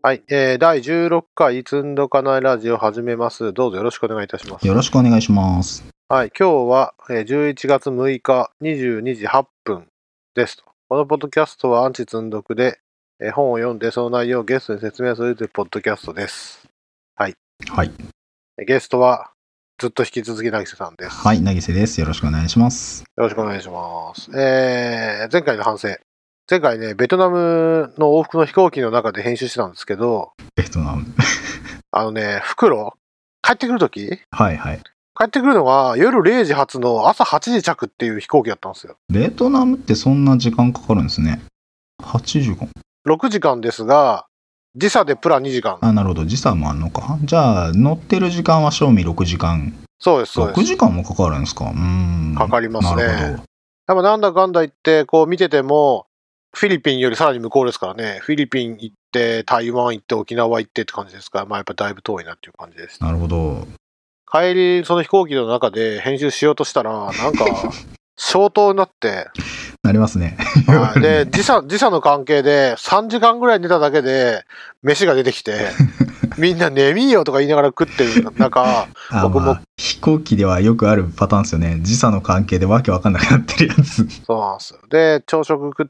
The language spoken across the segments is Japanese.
はい、第16回つんどかないラジオ始めます。どうぞよろしくお願いいたします。 よろしくお願いします。 はい、今日は11月6日22時8分ですと。このポッドキャストはアンチつんどくで本を読んでその内容をゲストに説明するというポッドキャストです。はい。 はい。 ゲストはずっと引き続きなぎせさんです。 はい、なぎせです。よろしくお願いします。 よろしくお願いします。前回の反省。前回ね、ベトナムの往復の飛行機の中で編集してたんですけど、 ベトナム袋帰ってくるときはいはい。 帰ってくるのが夜0時発の朝8時着っていう飛行機だったんですよ。 ベトナムってそんな時間かかるんですね。8時間。 6時間ですが、時差でプラ2時間。 あ、なるほど。時差もあんのか。じゃあ、乗ってる時間は正味6時間。 そうです、そうです。 6時間もかかるんですか。 かかりますね。 なるほど。 でもなんだかんだ言って、こう見てても、フィリピンよりさらに向こうですからね。フィリピン行って、台湾行って、沖縄行ってって感じですから、まあやっぱだいぶ遠いなっていう感じです。 なるほど。 帰り、その飛行機の中で編集しようとしたら、なんか、消灯になって。 なりますね。 で、時差の関係で3時間ぐらい寝ただけで飯が出てきて、みんな眠いよとか言いながら食ってる中、僕も、 飛行機ではよくあるパターンですよね。時差の関係でわけわかんなくなってるやつ。 そうなんですよ。で、朝食食って、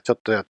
ちょっとやって、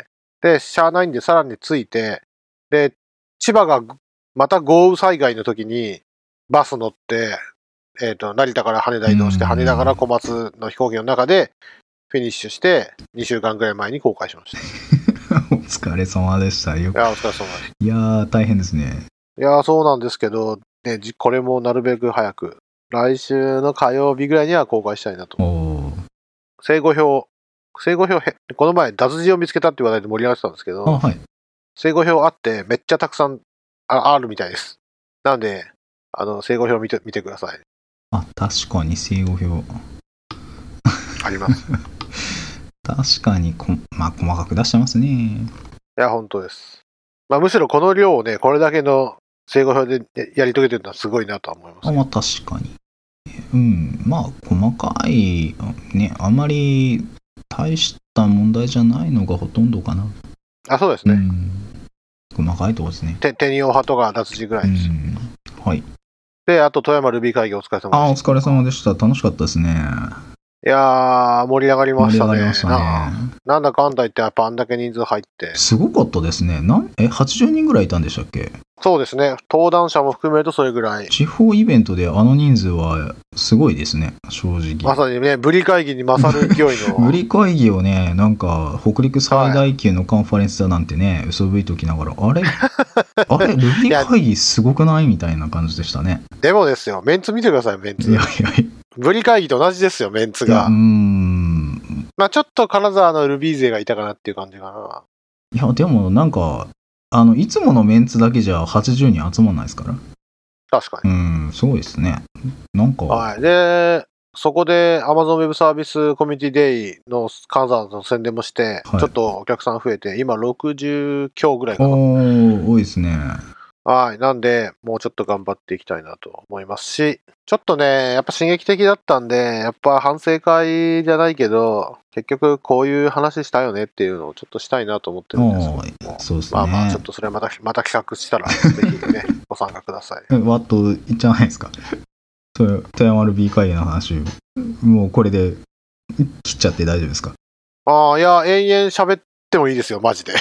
で、しゃあないんでさらに着いて、で、千葉がまた豪雨災害の時にバス乗って、成田から羽田移動して、羽田から小松の飛行機の中でフィニッシュして、2週間ぐらい前に公開しました。 お疲れ様でした。 いや、お疲れ様です。 いやー、大変ですね。 いや、そうなんですけど、ね、これもなるべく早く、来週の火曜日ぐらいには公開したいなと。正誤表、この前脱字を見つけたって話題で盛り上がってたんですけど、 はい、 正誤表あってめっちゃたくさん あるみたいです。なので、正誤表見てください。 あ、確かに正誤表。 あります。 確かにまあ、細かく出してますね。いや、本当です。まあ、むしろこの量をね、これだけの正誤表でやり遂げてるのはすごいなとは思います。 まあ、確かに。まあ、細かい、ね、あんまり大した問題じゃないのがほとんどかな。 あ、そうですね。 細かいとこですね。 テニオ派とか脱字ぐらいです。 はい。 で、あと富山ルビー会議お疲れ様でした。 お疲れ様でした。楽しかったですね。 いやー、盛り上がりましたね。 盛り上がりましたね。 なんだかんだ言ってやっぱあんだけ人数入って。 すごかったですね。80人ぐらいいたんでしたっけ？ そうですね。登壇者も含めるとそれぐらい。 地方イベントであの人数はすごいですね、正直。 まさにね、ブリ会議に勝る勢いの。 ブリ会議をね、なんか、北陸最大級のカンファレンスだなんてね、嘘吹いときながら、あれ、ルビ会議すごくないみたいな感じでしたね。 でもですよ、メンツ見てください、メンツ。 いや。 ブリ会議と同じですよ、メンツが。まあちょっと金沢のルビー勢がいたかなっていう感じかな。 いや、でもなんか、いつものメンツだけじゃ80人集まんないですから。 確かに。 すごいですね。なんか。 はい。で、そこで Amazon Web サービスコミュニティデイの金沢の宣伝もして、ちょっとお客さん増えて、今60強ぐらいかな。 多いですね。 はい。なんで、もうちょっと頑張っていきたいなと思いますし、ちょっとね、やっぱ刺激的だったんで、やっぱ反省会じゃないけど、結局こういう話したよねっていうのをちょっとしたいなと思ってるんですけども。 そうですね。 まあまあ、ちょっとそれまた企画したら、ぜひね、ご参加ください。 わっと言っちゃわないですか。富山ルビー会議の話、もうこれで切っちゃって大丈夫ですか？ いや、延々喋ってもいいですよ、マジで。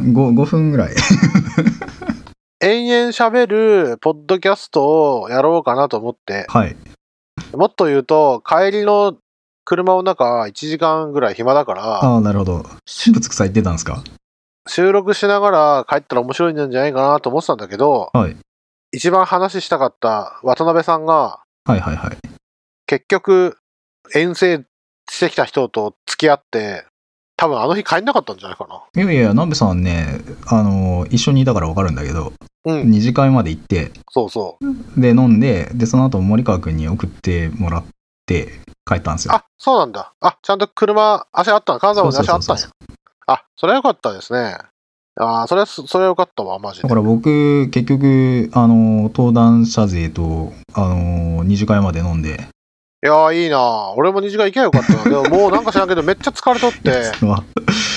5分ぐらい。 延々喋るポッドキャストをやろうかなと思って。 はい。 もっと言うと、帰りの車の中1時間ぐらい暇だから。 なるほど。ぶつくさ言ってたんですか？ 収録しながら帰ったら面白いんじゃないかなと思ってたんだけど、 はい。 一番話したかった渡辺さんが、結局、遠征してきた人と付き合って、多分あの日帰んなかったんじゃないかな。 いや、南部さんね、一緒にいたから分かるんだけど、二次会まで行って、 そうそう。 で、飲んで、その後森川くんに送ってもらって帰ったんですよ。 あ、そうなんだ。ちゃんと足あったの？金沢まで足あったんや。それはよかったですね。それはよかったわ、マジで。 だから僕、結局、登壇者勢と、二次会まで飲んで。 いやー、いいな。俺も二次会行けばよかったな。でももうなんか知らんけど、めっちゃ疲れとって。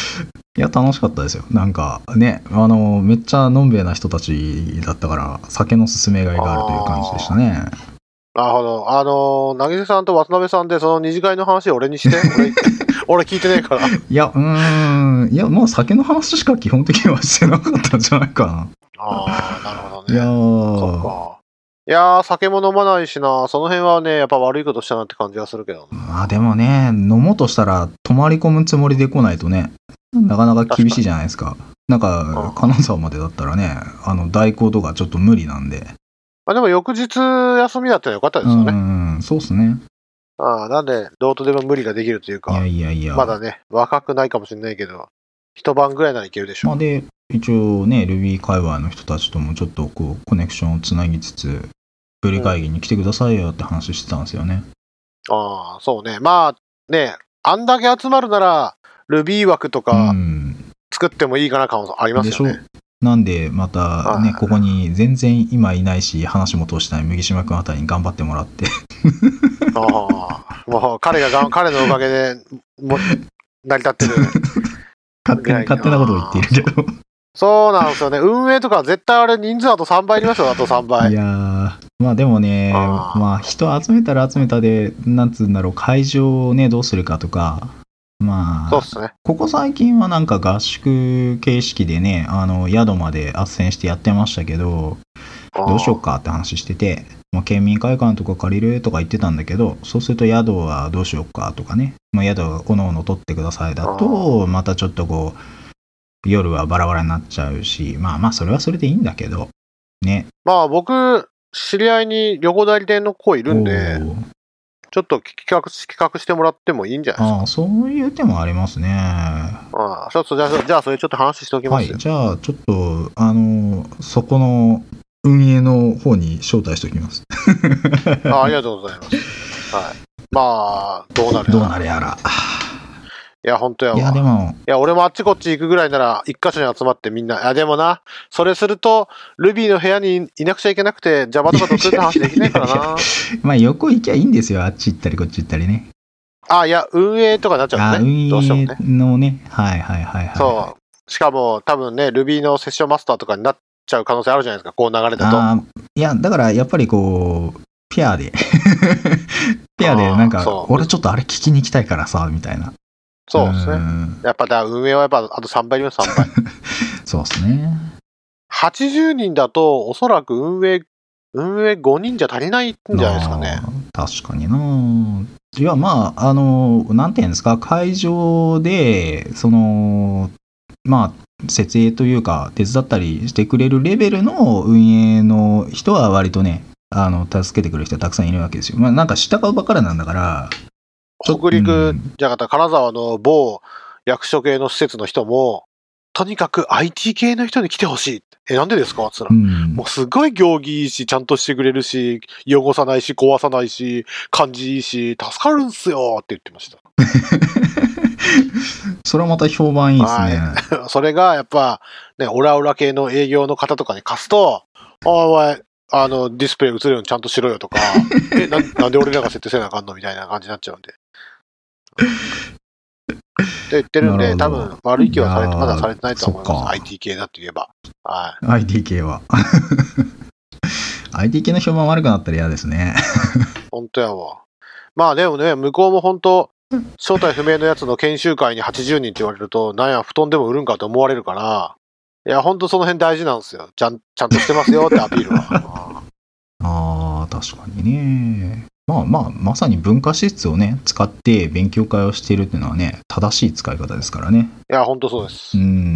いや、楽しかったですよ。なんかね、めっちゃのんべえな人たちだったから、酒の勧めがいがあるという感じでしたね。 なるほど。なぎせさんと渡辺さんでその二次会の話を俺にして。俺聞いてねえから。 いや、まあ酒の話しか基本的にはしてなかったんじゃないかな。 なるほどね。 いやそっか。いやー、酒も飲まないしな、その辺はね、やっぱ悪いことしたなって感じがするけど。 まあでもね、飲もうとしたら泊まり込むつもりで来ないとね、なかなか厳しいじゃないですか。なんか、金沢までだったらね、代行とかちょっと無理なんで。 まあでも翌日休みだったらよかったですよね。 そうっすね。 なんで、どうとでも無理ができるというか、 いや。 まだね、若くないかもしれないけど、一晩ぐらいならいけるでしょう。 まあで、一応ね、Ruby 界隈の人たちともちょっとこう、コネクションをつなぎつつ、ブリ会議に来てくださいよって話してたんですよね。 そうね。まあね、あんだけ集まるなら、Ruby 枠とか作ってもいいかな感ありますよね。 でしょ。なんで、またね、ここに全然今いないし、話も通してない麦島君あたりに頑張ってもらって。 もう彼のおかげで成り立ってる。 勝手なことを言っているけど。 そうなんですよね。運営とか絶対あれ人数あと3倍いりますよ、あと3倍。 いやー、まあでもね、まあ人集めたら集めたで、なんつうんだろう、会場をね、どうするかとか、まあ、 そうっすね。 ここ最近はなんか合宿形式でね、宿まで斡旋してやってましたけど、どうしようかって話してて、まあ、県民会館とか借りるとか言ってたんだけど、そうすると宿はどうしようかとかね、まあ、宿はおのおの取ってくださいだと、またちょっとこう、夜はバラバラになっちゃうし、まあそれはそれでいいんだけど、ね。 まあ僕、知り合いに旅行代理店の子いるんで、ちょっと企画してもらってもいいんじゃないですか。 そういう手もありますね。 ちょっとじゃあそれちょっと話しておきますよ。 はい、じゃあちょっと、そこの運営の方に招待しておきます。 ありがとうございます。はい。まあ、どうなるやら。いや、本当やわ。いや、俺もあっちこっち行くぐらいなら、一箇所に集まってみんな。でもな、それすると、ルビーの部屋にいなくちゃいけなくて、Java とかドットって話できないからな。 まあ、横行きゃいいんですよ。あっち行ったりこっち行ったりね。 いや、運営とかになっちゃうね。どうしてもね。 のね。はい。 そう。しかも、多分ね、Ruby のセッションマスターとかになっちゃう可能性あるじゃないですか。こう流れだと。 いや、だからやっぱりこう、ペアでペアでなんか、俺ちょっとあれ聞きに行きたいからさ、みたいな。 そうですね。やっぱ運営はやっぱあと3倍いります、3倍。 そうですね。 80人だと、おそらく運営5人じゃ足りないんじゃないですかね。 確かにな。いや、まあ、なんていうんですか、会場で、まあ、設営というか、手伝ったりしてくれるレベルの運営の人は割とね、助けてくれる人はたくさんいるわけですよ。まあ、なんか従うばっかりなんだから、 北陸じゃなかった金沢の某役所系の施設の人も、とにかく IT 系の人に来てほしい。なんでですかつったら、もうすごい行儀いいし、ちゃんとしてくれるし、汚さないし、壊さないし、感じいいし、助かるんすよって言ってました。 それはまた評判いいですね。 それがやっぱ、ね、オラオラ系の営業の方とかに貸すと、お前、ディスプレイ映るようにちゃんとしろよとか、なんで俺らが設定せなあかんのみたいな感じになっちゃうんで。って言ってるんで、多分悪い気はまだされてないと思います。IT 系だって言えば。はい。 IT 系は。IT 系の評判悪くなったら嫌ですね。 本当やわ。まあでもね、向こうも本当、正体不明のやつの研修会に80人って言われると、なんや、布団でも売るんかと思われるから、いや、本当その辺大事なんですよ。ちゃんとしてますよってアピールは。 確かにね。まさに文化施設をね、使って勉強会をしているっていうのはね、正しい使い方ですからね。 いや、本当そうです。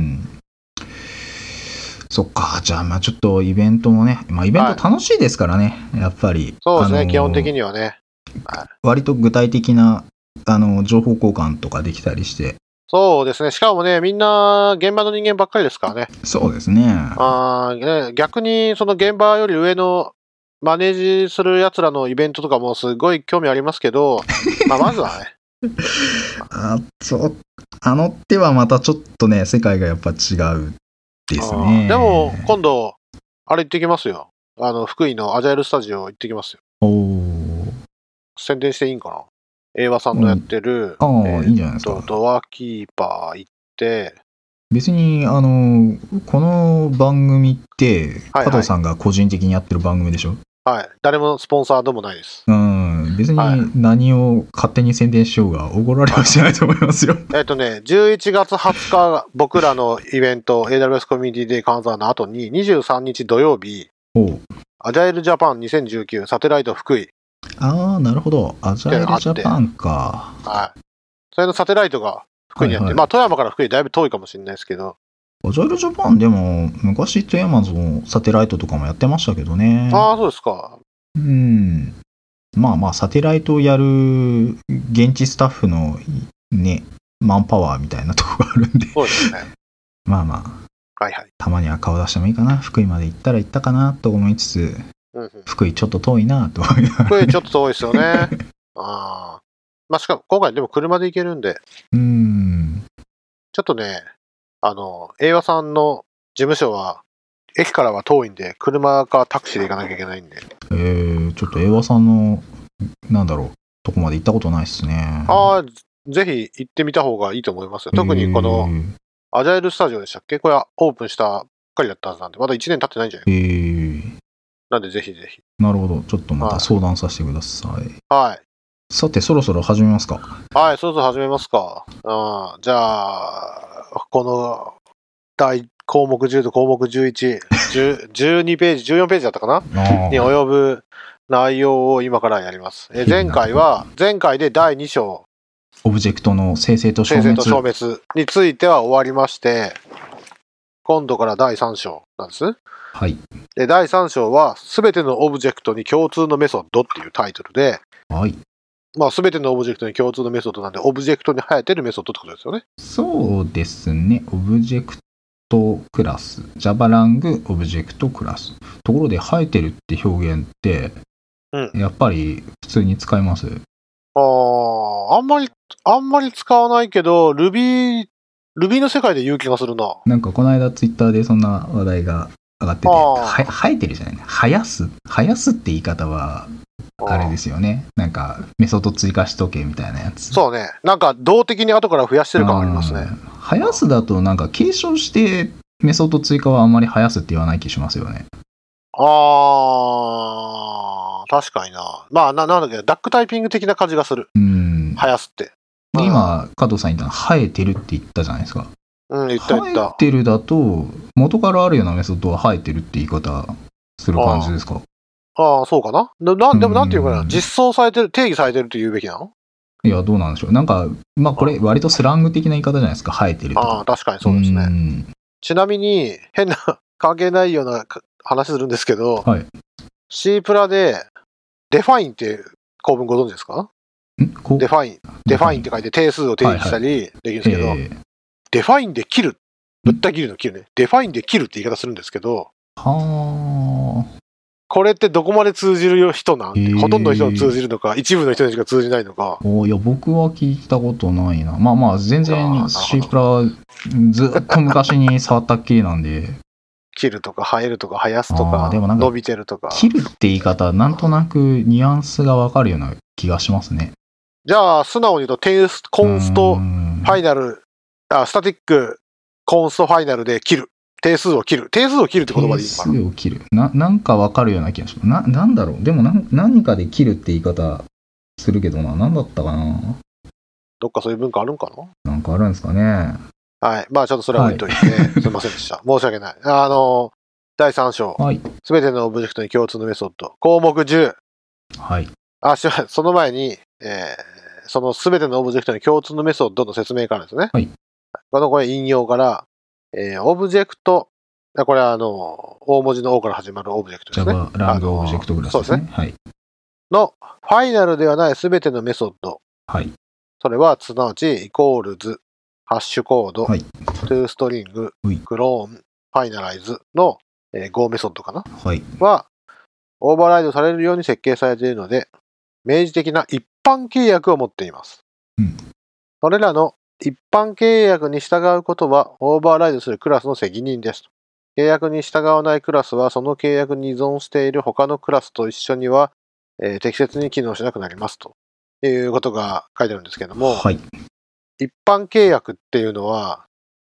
そっか、じゃあちょっとイベントもね、イベント楽しいですからね、やっぱり。 そうですね、基本的にはね。 割と具体的な、情報交換とかできたりして。 そうですね。しかもね、みんな現場の人間ばっかりですからね。 そうですね。 逆にその現場より上のマネージする奴らのイベントとかもすごい興味ありますけど、まずはね。 手はまたちょっとね、世界がやっぱ違うですね。 でも、今度、あれ行ってきますよ。福井のアジャイルスタジオ行ってきますよ。宣伝していいんかな。映画さんのやってる、 いいんじゃないですか。 ドアキーパー行って、 別に、この番組って、 はい加藤さんが個人的にやってる番組でしょ？ はい。誰もスポンサーでもないです。 別はいに何を勝手に宣伝しようが、おごられはしないと思いますよ。 11月20日、僕らのイベント、AWS コミュニティデイ金沢の後に、23日土曜日、 おう。 アジャイルジャパン2019サテライト福井。 ああ、なるほど。アジャイルジャパンか。 はい。それのサテライトが福井にあって、 はいはい、 まあ富山から福井だいぶ遠いかもしれないですけど。 アジャイルジャパンでも、昔富山のサテライトとかもやってましたけどね。 ああ、そうですか。 まあまあ、サテライトをやる現地スタッフのね、マンパワーみたいなとこがあるんで。 そうですね。 まあまあ、 はいはい。 たまには顔出してもいいかな。福井まで行ったら行ったかなと思いつつ、福井ちょっと遠いなと思いながら。 福井ちょっと遠いですよね。ああ。まあしかも今回でも車で行けるんで。ちょっとね、英和さんの事務所は、駅からは遠いんで、車かタクシーで行かなきゃいけないんで。 ちょっと英和さんの、なんだろう、とこまで行ったことないっすね。 ああ、ぜひ行ってみた方がいいと思いますよ。特にこの、アジャイルスタジオでしたっけ？これはオープンしたばっかりだったはずなんで、まだ1年経ってないんじゃないか。なんでぜひぜひ。 なるほど。ちょっとまた相談させてください。 はい。 さて、そろそろ始めますか。 はい、そろそろ始めますか。じゃあ、この、項目10と項目11、12ページ、14ページだったかなに及ぶ内容を今からやります。前回で第2章。 オブジェクトの生成と消滅については終わりまして、今度から第3章なんです。 はい。 で、第3章は、すべてのオブジェクトに共通のメソッドっていうタイトルで、 はい。 まあ、すべてのオブジェクトに共通のメソッドなんで、オブジェクトに生えてるメソッドってことですよね。 そうですね。オブジェクトクラス。Java ラングオブジェクトクラス。ところで、生えてるって表現って、やっぱり普通に使います？ あんまり使わないけど、Ruby の世界で言う気がするな。 なんかこの間ツイッターでそんな話題が上がってて、生えてるじゃないね。生やすって言い方は、あれですよね。なんかメソッド追加しとけみたいなやつ。 そうね。なんか動的に後から増やしてる感ありますね。 生やすだとなんか継承してメソッド追加はあんまり生やすって言わない気しますよね。 確かにな。まあ、なんだっけ、ダックタイピング的な感じがする。生やすって。 で、今、加藤さん言ったの生えてるって言ったじゃないですか。 言った。 生えてるだと、元からあるようなメソッドは生えてるって言い方する感じですか？ そうかな。でもなんていうかな、実装されてる、定義されてるって言うべきなの？ いや、どうなんでしょう。なんか、まあこれ割とスラング的な言い方じゃないですか、生えてるとか。 確かにそうですね。ちなみに、変な、関係ないような話するんですけど、 はい、 C プラで、デファインって構文ご存知ですか？デファインって書いて定数を定義したりできるんですけど、デファインで切る。ぶった切るの切るね。デファインで切るって言い方するんですけど、これってどこまで通じる人なんて、ほとんどの人が通じるのか、一部の人にしか通じないのか。 いや、僕は聞いたことないな。まあまあ、全然 C プラずっと昔に触ったっきりなんで。 切るとか生えるとか生やすとか伸びてるとか。 切るって言い方、なんとなくニュアンスがわかるような気がしますね。 じゃあ、素直に言うと、コンストファイナル、スタティックコンストファイナルで切る。定数を切るって言葉でいいのかな？定数を切る。なんかわかるような気がします。なんだろう。でも何かで切るって言い方するけどな。なんだったかな。 どっかそういう文化あるんかな？ なんかあるんですかね。 はい。まあちょっとそれは置いといて、すいませんでした。申し訳ない。第3章。すべてのオブジェクトに共通のメソッド。項目10。 はい。 その前に、そのすべてのオブジェクトに共通のメソッドの説明からですね。 はい。 これ引用から、オブジェクト、これは大文字の O から始まるオブジェクトですね。 Java ラングオブジェクトクラスですね。はい。 の、ファイナルではないすべてのメソッド。 はい。 それは、すなわち、イコールズ、ハッシュコード、トゥーストリング、クローン、ファイナライズの、Go メソッドかな、は、オーバーライドされるように設計されているので、明示的な一般契約を持っています。それらの一般契約に従うことは、オーバーライドするクラスの責任です。契約に従わないクラスは、その契約に依存している他のクラスと一緒には、適切に機能しなくなりますということが書いてあるんですけども、一般契約っていうのは、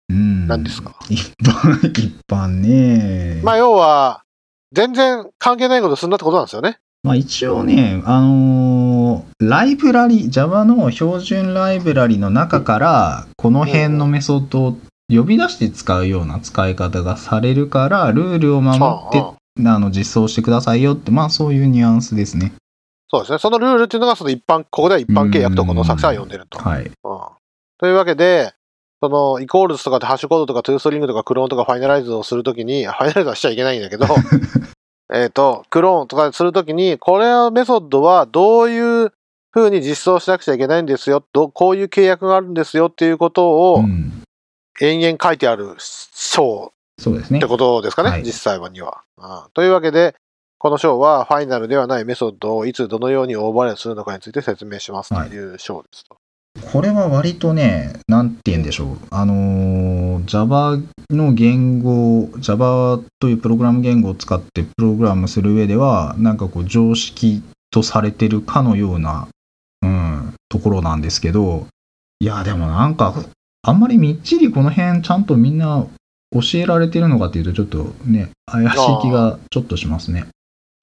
何ですか？ 一般ね。 まあ要は、全然関係ないことするなってことなんですよね。 まあ一応ね、ライブラリ、Java の標準ライブラリの中から、この辺のメソッドを呼び出して使うような使い方がされるから、ルールを守って実装してくださいよって、まあそういうニュアンスですね。 そうですね。そのルールっていうのが、ここでは一般契約とこの作者は呼んでると。 はい。 というわけで、そのイコールズとかでハッシュコードとかトゥーストリングとかクローンとかファイナライズをするときに、ファイナライズはしちゃいけないんだけど、クローンとかするときに、これのメソッドはどういう風に実装しなくちゃいけないんですよ、こういう契約があるんですよっていうことを、延々書いてある章ってことですかね、実際には。というわけで、この章はファイナルではないメソッドをいつどのようにオーバーレイするのかについて説明しますという章ですと。 これは割とね、なんて言うんでしょう。Java の言語、Java というプログラム言語を使ってプログラムする上では、なんかこう常識とされてるかのような、ところなんですけど、いや、でもなんか、あんまりみっちりこの辺ちゃんとみんな教えられてるのかっていうと、ちょっとね、怪しい気がちょっとしますね。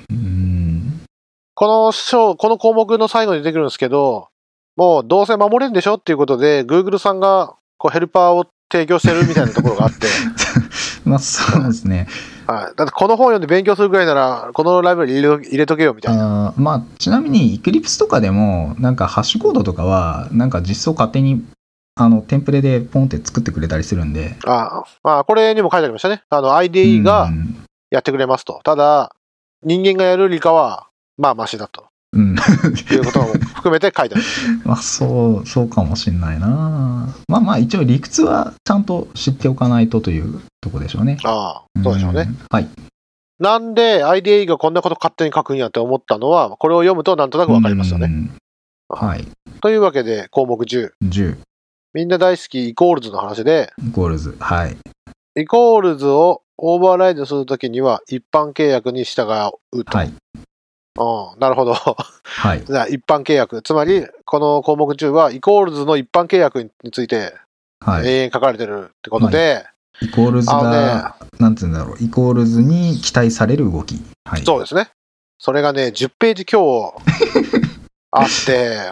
この項目の最後に出てくるんですけど、もうどうせ守れるんでしょっていうことで、Google さんがヘルパーを提供してるみたいなところがあって。 まあそうですね。 はい。だってこの本読んで勉強するぐらいなら、このライブラリ入れとけよみたいな。 まあちなみに Eclipse とかでも、なんかハッシュコードとかは、なんか実装勝手にテンプレでポンって作ってくれたりするんで。 これにも書いてありましたね。IDE がやってくれますと。ただ、人間がやるよりかは、まあマシだと。いうことも含めて書いてある。 まあそうかもしんないな。まあ一応理屈はちゃんと知っておかないとというとこでしょうね。 そうでしょうね。 はい。 なんで IDE がこんなこと勝手に書くんやって思ったのは、これを読むとなんとなくわかりますよね。 はい。 というわけで、項目10。みんな大好きイコールズの話で、 イコールズ。はい。 イコールズをオーバーライドするときには一般契約に従うと。はい。なるほど。はい。じゃあ一般契約。つまり、この項目中はイコールズの一般契約について、永遠書かれてるってことで、 イコールズが、なんて言うんだろう、イコールズに期待される動き。 はい。そうですね。それがね、10ページ強あって、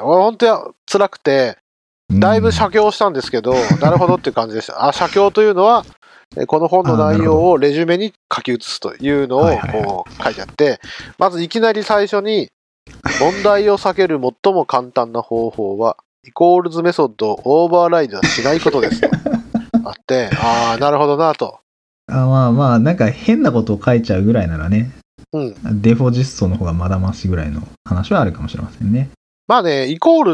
本当は辛くて、だいぶ写経したんですけど、なるほどっていう感じでした。写経というのは、この本の内容をレジュメに書き写すというのをこう書いてあって、まずいきなり最初に、問題を避ける最も簡単な方法は、イコールズメソッドをオーバーライドしないことですと。あって、なるほどなと。 まあ、なんか変なことを書いちゃうぐらいならね、デフォ実装の方がまだましぐらいの話はあるかもしれませんね。 まあね、イコールって、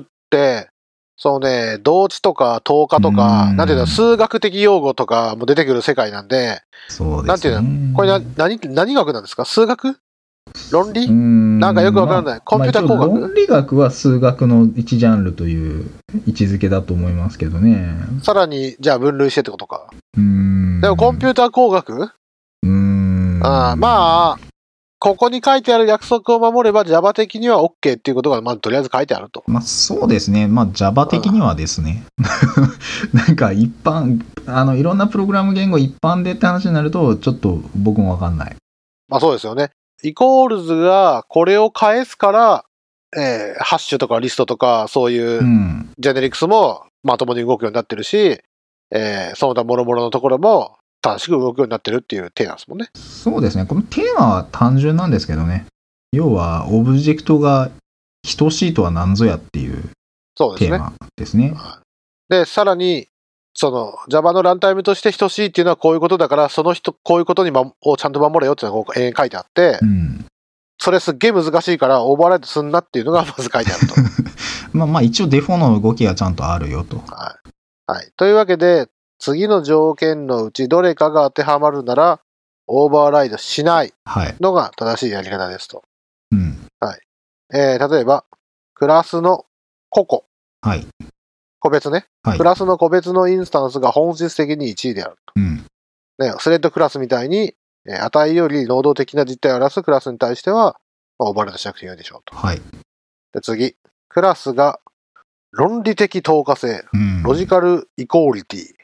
そうね、同値とか等価とか、なんていうの、数学的用語とかも出てくる世界なんで、 そうですね。 なんていうの、これ何学なんですか？数学？論理？なんかよくわからない。コンピュータ工学？ 論理学は数学の一ジャンルという位置づけだと思いますけどね。 さらに、じゃあ分類してってことか。でもコンピュータ工学？まあ、ここに書いてある約束を守れば Java 的には OK っていうことがまずとりあえず書いてあると。 まあそうですね。まあ Java 的にはですね。なんか一般、いろんなプログラム言語一般でって話になるとちょっと僕もわかんない。 まあそうですよね。イコールズがこれを返すから、ハッシュとかリストとかそういうジェネリクスもまともに動くようになってるし、その他諸々のところも正しく動くようになってるっていうテーマですもんね。 そうですね。このテーマは単純なんですけどね。要は、オブジェクトが等しいとは何ぞやっていうテーマですね。 で、さらに、Java のランタイムとして等しいっていうのはこういうことだから、こういうことをちゃんと守れよっていうのが延々書いてあって、それすっげえ難しいからオーバーライドすんなっていうのがまず書いてあると。 まあ一応デフォの動きがちゃんとあるよと。 はい。というわけで、次の条件のうちどれかが当てはまるなら、オーバーライドしないのが正しいやり方ですと。はい。例えば、クラスの個々。個別ね。クラスの個別のインスタンスが本質的に1位であると。スレッドクラスみたいに、値より能動的な実態を表すクラスに対しては、オーバーライドしなくていいでしょうと。で次、クラスが論理的等価性、ロジカルイコーリティ。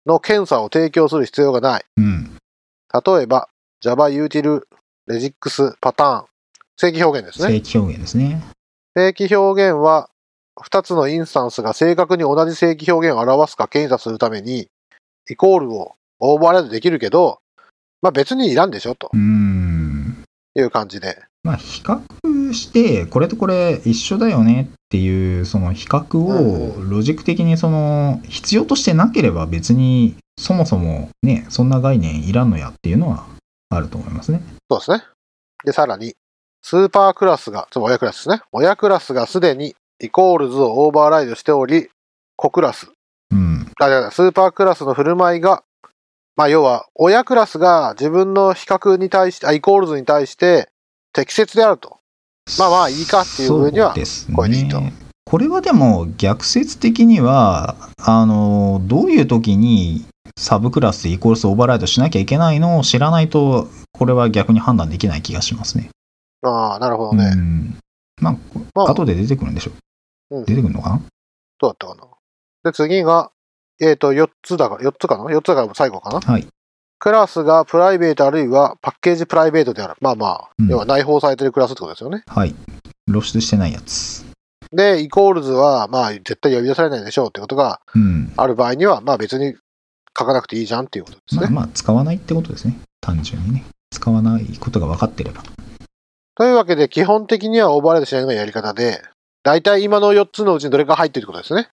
の検査を提供する必要がない。 うん。 例えば、Java Util Regix パターン。正規表現ですね。 正規表現ですね。 正規表現は、2つのインスタンスが正確に同じ正規表現を表すか検査するために、イコールをオーバーライドできるけど、まあ別にいらんでしょという感じで。 まあ比較して、これとこれ一緒だよねっていう、その比較をロジック的に必要としてなければ別にそもそもね、そんな概念いらんのやっていうのはあると思いますね。 そうですね。で、さらに、スーパークラスが、つまり親クラスですね。親クラスがすでにイコールズをオーバーライドしており、子クラス。スーパークラスの振る舞いが、まあ要は、親クラスが自分の比較に対して、イコールズに対して適切であると。まあまあいいかっていう風には、これでいいと。 これはでも逆説的には、どういう時にサブクラスでイコールズオーバーライドしなきゃいけないのを知らないと、これは逆に判断できない気がしますね。 ああ、なるほどね。 まあ、後で出てくるんでしょ。出てくるのかな？ どうだったかな。で、次が、4つかな ?4 つが最後かな。 はい。 クラスがプライベートあるいはパッケージプライベートである。まあまあ、要は内包されてるクラスってことですよね。 はい。露出してないやつ。 で、イコールズは、まあ、絶対呼び出されないでしょうってことがある場合には、まあ別に書かなくていいじゃんっていうことですね。 まあ、使わないってことですね。単純にね。使わないことが分かってれば。 というわけで、基本的にはオーバーライドしないのがやり方で、だいたい今の4つのうちにどれか入ってるってことですね。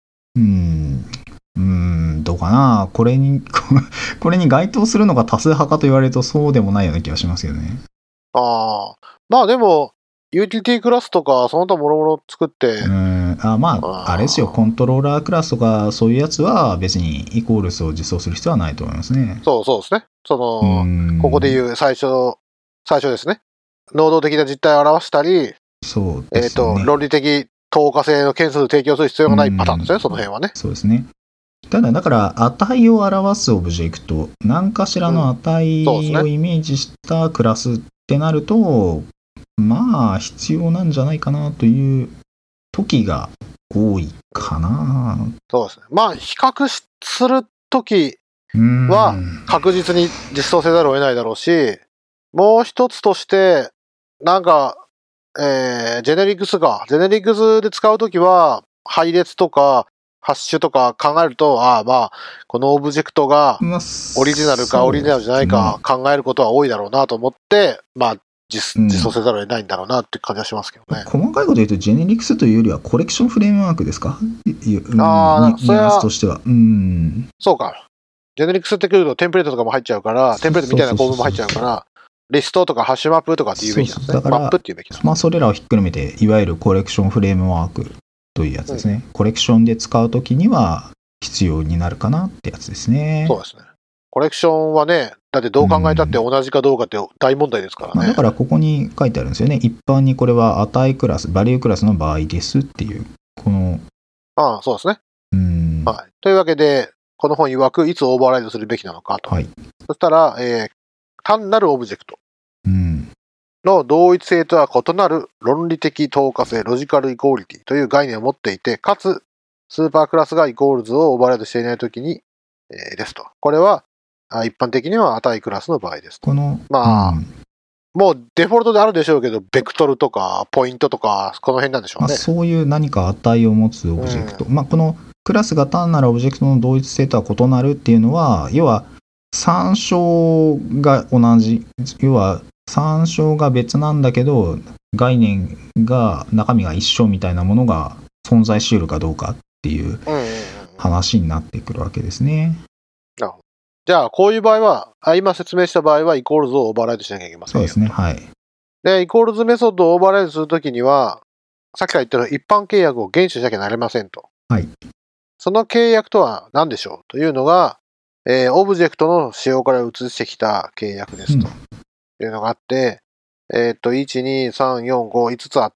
どうかな。これに該当するのが多数派かと言われるとそうでもないような気がしますけどね。 ああ。まあでも、ユーティリティクラスとか、その他もろもろ作って。 まあ、あれですよ。コントローラークラスとか、そういうやつは別にイコールスを実装する必要はないと思いますね。 そうですね。ここでいう最初ですね。能動的な実態を表したり、 そうですね。 論理的透過性の件数を提供する必要がないパターンですね、その辺はね。 そうですね。ただ、だから、値を表すオブジェクト、何かしらの値をイメージしたクラスってなると、まあ、必要なんじゃないかなという時が多いかな。 そうですね。まあ、比較する時は確実に実装せざるを得ないだろうし、もう一つとして、なんか、ジェネリクスで使うときは、配列とか、ハッシュとか考えると、まあ、このオブジェクトが、オリジナルかオリジナルじゃないか考えることは多いだろうなと思って、まあ、実装せざるを得ないんだろうなって感じはしますけどね。 細かいこと言うと、ジェネリクスというよりはコレクションフレームワークですか？ニュアンスとしては。 そうか。ジェネリクスってくるとテンプレートとかも入っちゃうから、テンプレートみたいな構文も入っちゃうから、リストとかハッシュマップとかって言うべきなんですね。マップって言うべきなんです。 まあ、それらをひっくるめて、いわゆるコレクションフレームワークというやつですね。コレクションで使うときには必要になるかなってやつですね。 そうですね。コレクションはね、だってどう考えたって同じかどうかって大問題ですからね。 だからここに書いてあるんですよね。一般にこれは値クラス、バリュークラスの場合ですっていう、この。 そうですね。はい。というわけで、この本曰くいつオーバーライドするべきなのかと。 はい。 そしたら、単なるオブジェクトの同一性とは異なる論理的透過性、ロジカルイコーリティという概念を持っていて、かつ、スーパークラスがイコールズをオーバーライドしていないときに、ですと。これは、一般的には値クラスの場合です。もうデフォルトであるでしょうけど、ベクトルとか、ポイントとか、この辺なんでしょうね。 そういう何か値を持つオブジェクト。このクラスが単なるオブジェクトの同一性とは異なるっていうのは、要は、参照が同じ。要は、参照が別なんだけど、概念が、中身が一緒みたいなものが存在し得るかどうかっていう話になってくるわけですね。 なるほど。じゃあ、こういう場合は、今説明した場合は、イコールズをオーバーライドしなきゃいけませんよ。 そうですね、はい。 で、イコールズメソッドをオーバーライドするときには、さっきから言ったように一般契約を厳守しなきゃなれませんと。 はい。 その契約とは何でしょうというのが、オブジェクトの仕様から移してきた契約ですと。いうのがあって、1、2、3、4、5、5つあって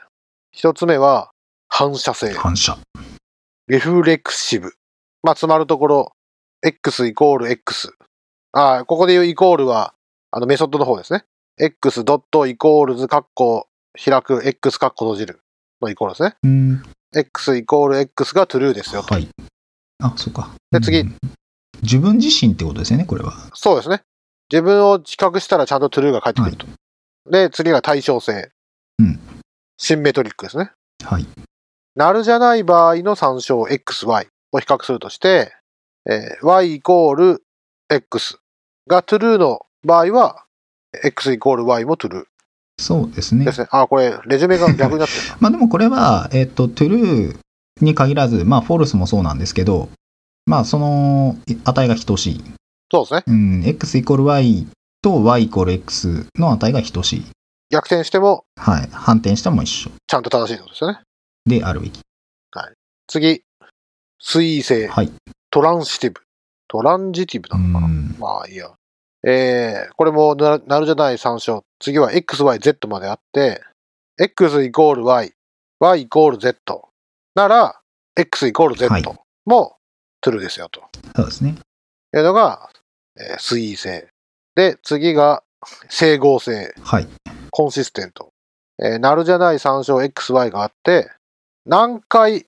、1つ目は反射性。リフレクシブ。つまるところ、x イコール x。ここでいうイコールは、メソッドの方ですね。x ドットイコールズカッコ開く x カッコ閉じるのイコールですね。x イコール x が true ですよと。 はい。そうか。 で、次。 自分自身ってことですよね、これは。 そうですね。自分を比較したらちゃんと true が返ってくると。で、次が対称性。シンメトリックですね。 はい。 ナルじゃない場合の参照 XY を比較するとして、Y イコール X が true の場合は、X イコール Y も true。 そうですね。 ですね。これ、レジュメが逆になってるな。 まあでもこれは、true に限らず、まあ false もそうなんですけど、まあその値が等しい。 そうですね。 X イコール Y と Y イコール X の値が等しい。 逆転しても、 はい。反転しても一緒。 ちゃんと正しいってことですよね。 であるべき。 はい。次。推移性。 はい。 トランシティブ。トランジティブなのかな。まあいいや。これもなるじゃない参照。次は XYZ まであって、X イコール Y、Y イコール Z なら、X イコール Z も true ですよと。 そうですね。 いうのが、推移性。で、次が整合性。 はい。 コンシステント。なるじゃない参照 XY があって、何回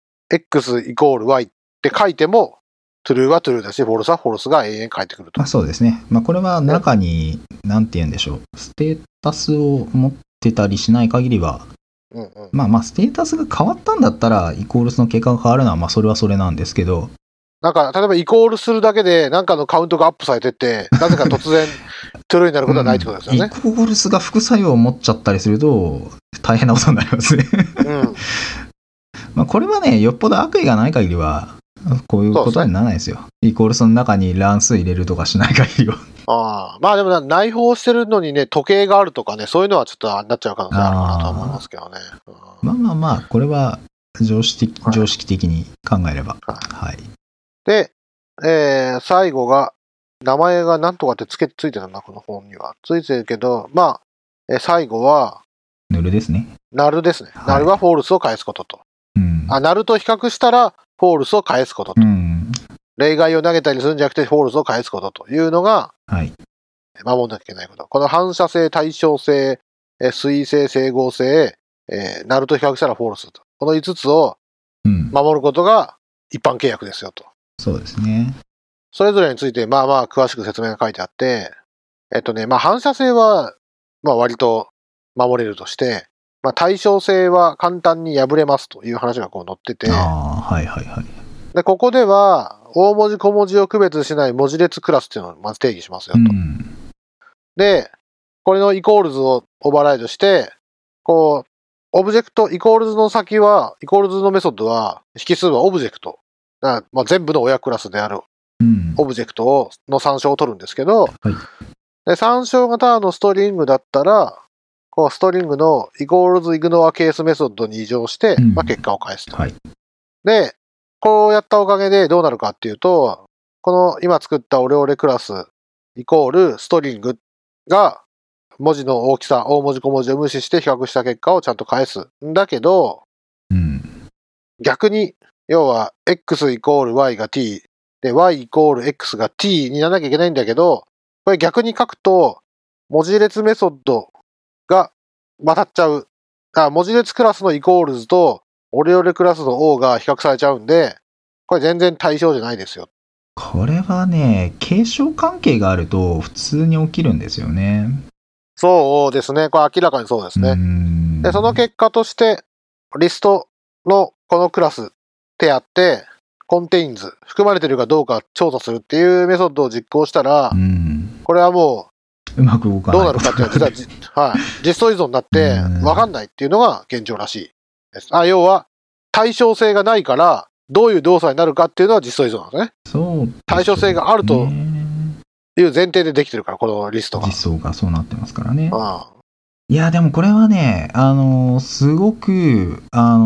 X イコール Y って書いても、true は true だし、false は false が永遠返ってくると。 そうですね。まあこれは中に、なんて言うんでしょう。ステータスを持ってたりしない限りは、まあステータスが変わったんだったら、イコールスの結果が変わるのは、まあそれはそれなんですけど、 なんか、例えばイコールするだけで、なんかのカウントがアップされてって、なぜか突然、トゥルーになることはないってことですよね。 イコールスが副作用を持っちゃったりすると、大変なことになりますね。まあこれはね、よっぽど悪意がない限りは、こういうことにならないですよ。イコールスの中に乱数入れるとかしない限りは。 まあでも内包してるのにね、時計があるとかね、そういうのはちょっとなっちゃう可能性あるかなと思いますけどね。 まあ、これは常識的に考えれば。はい。 で、最後が、名前が何とかってついてたんだ、この本には。ついてるけど、まあ、最後は、 ヌルですね。 ナルですね。ナルはフォールスを返すことと。ナルと比較したら、フォールスを返すことと。例外を投げたりするんじゃなくて、フォールスを返すことというのが、守んなきゃいけないこと。この反射性、対称性、水性、整合性、ナルと比較したらフォールスと。この5つを守ることが一般契約ですよと。 そうですね。 それぞれについて、まあまあ、詳しく説明が書いてあって、まあ、反射性は、まあ、割と守れるとして、まあ、対称性は簡単に破れますという話がこう載ってて、で、ここでは、大文字小文字を区別しない文字列クラスっていうのをまず定義しますよと。で、これのイコールズをオーバーライドして、こう、オブジェクト、イコールズの先は、イコールズのメソッドは、引数はオブジェクト。まあ、全部の親クラスであるオブジェクトの参照を取るんですけど、で参照型のストリングだったら、こうストリングのイコールズイグノアケースメソッドに異常して、まあ、結果を返すと。で、こうやったおかげでどうなるかっていうと、この今作ったオレオレクラスイコールストリングが文字の大きさ、大文字小文字を無視して比較した結果をちゃんと返すんだけど、逆に、要は x イコール y が t で y イコール x が t にならなきゃいけないんだけど、これ逆に書くと文字列メソッドが渡っちゃう。文字列クラスのイコールズとオレオレクラスの O が比較されちゃうんで、これ全然対象じゃないですよ。 これはね、継承関係があると普通に起きるんですよね。 そうですね。これ明らかにそうですね。で、その結果として、リストのこのクラスってやって、コンテインズ、含まれてるかどうか調査するっていうメソッドを実行したら、これはもうまく動かない。 どうなるかっていうのは実は、実装依存になって分かんないっていうのが現状らしいです。要は、対称性がないから、どういう動作になるかっていうのは実装依存なんですね。 そう。 対称性があるという前提でできてるから、このリストが。 実装がそうなってますからね。いや、でもこれはね、すごく、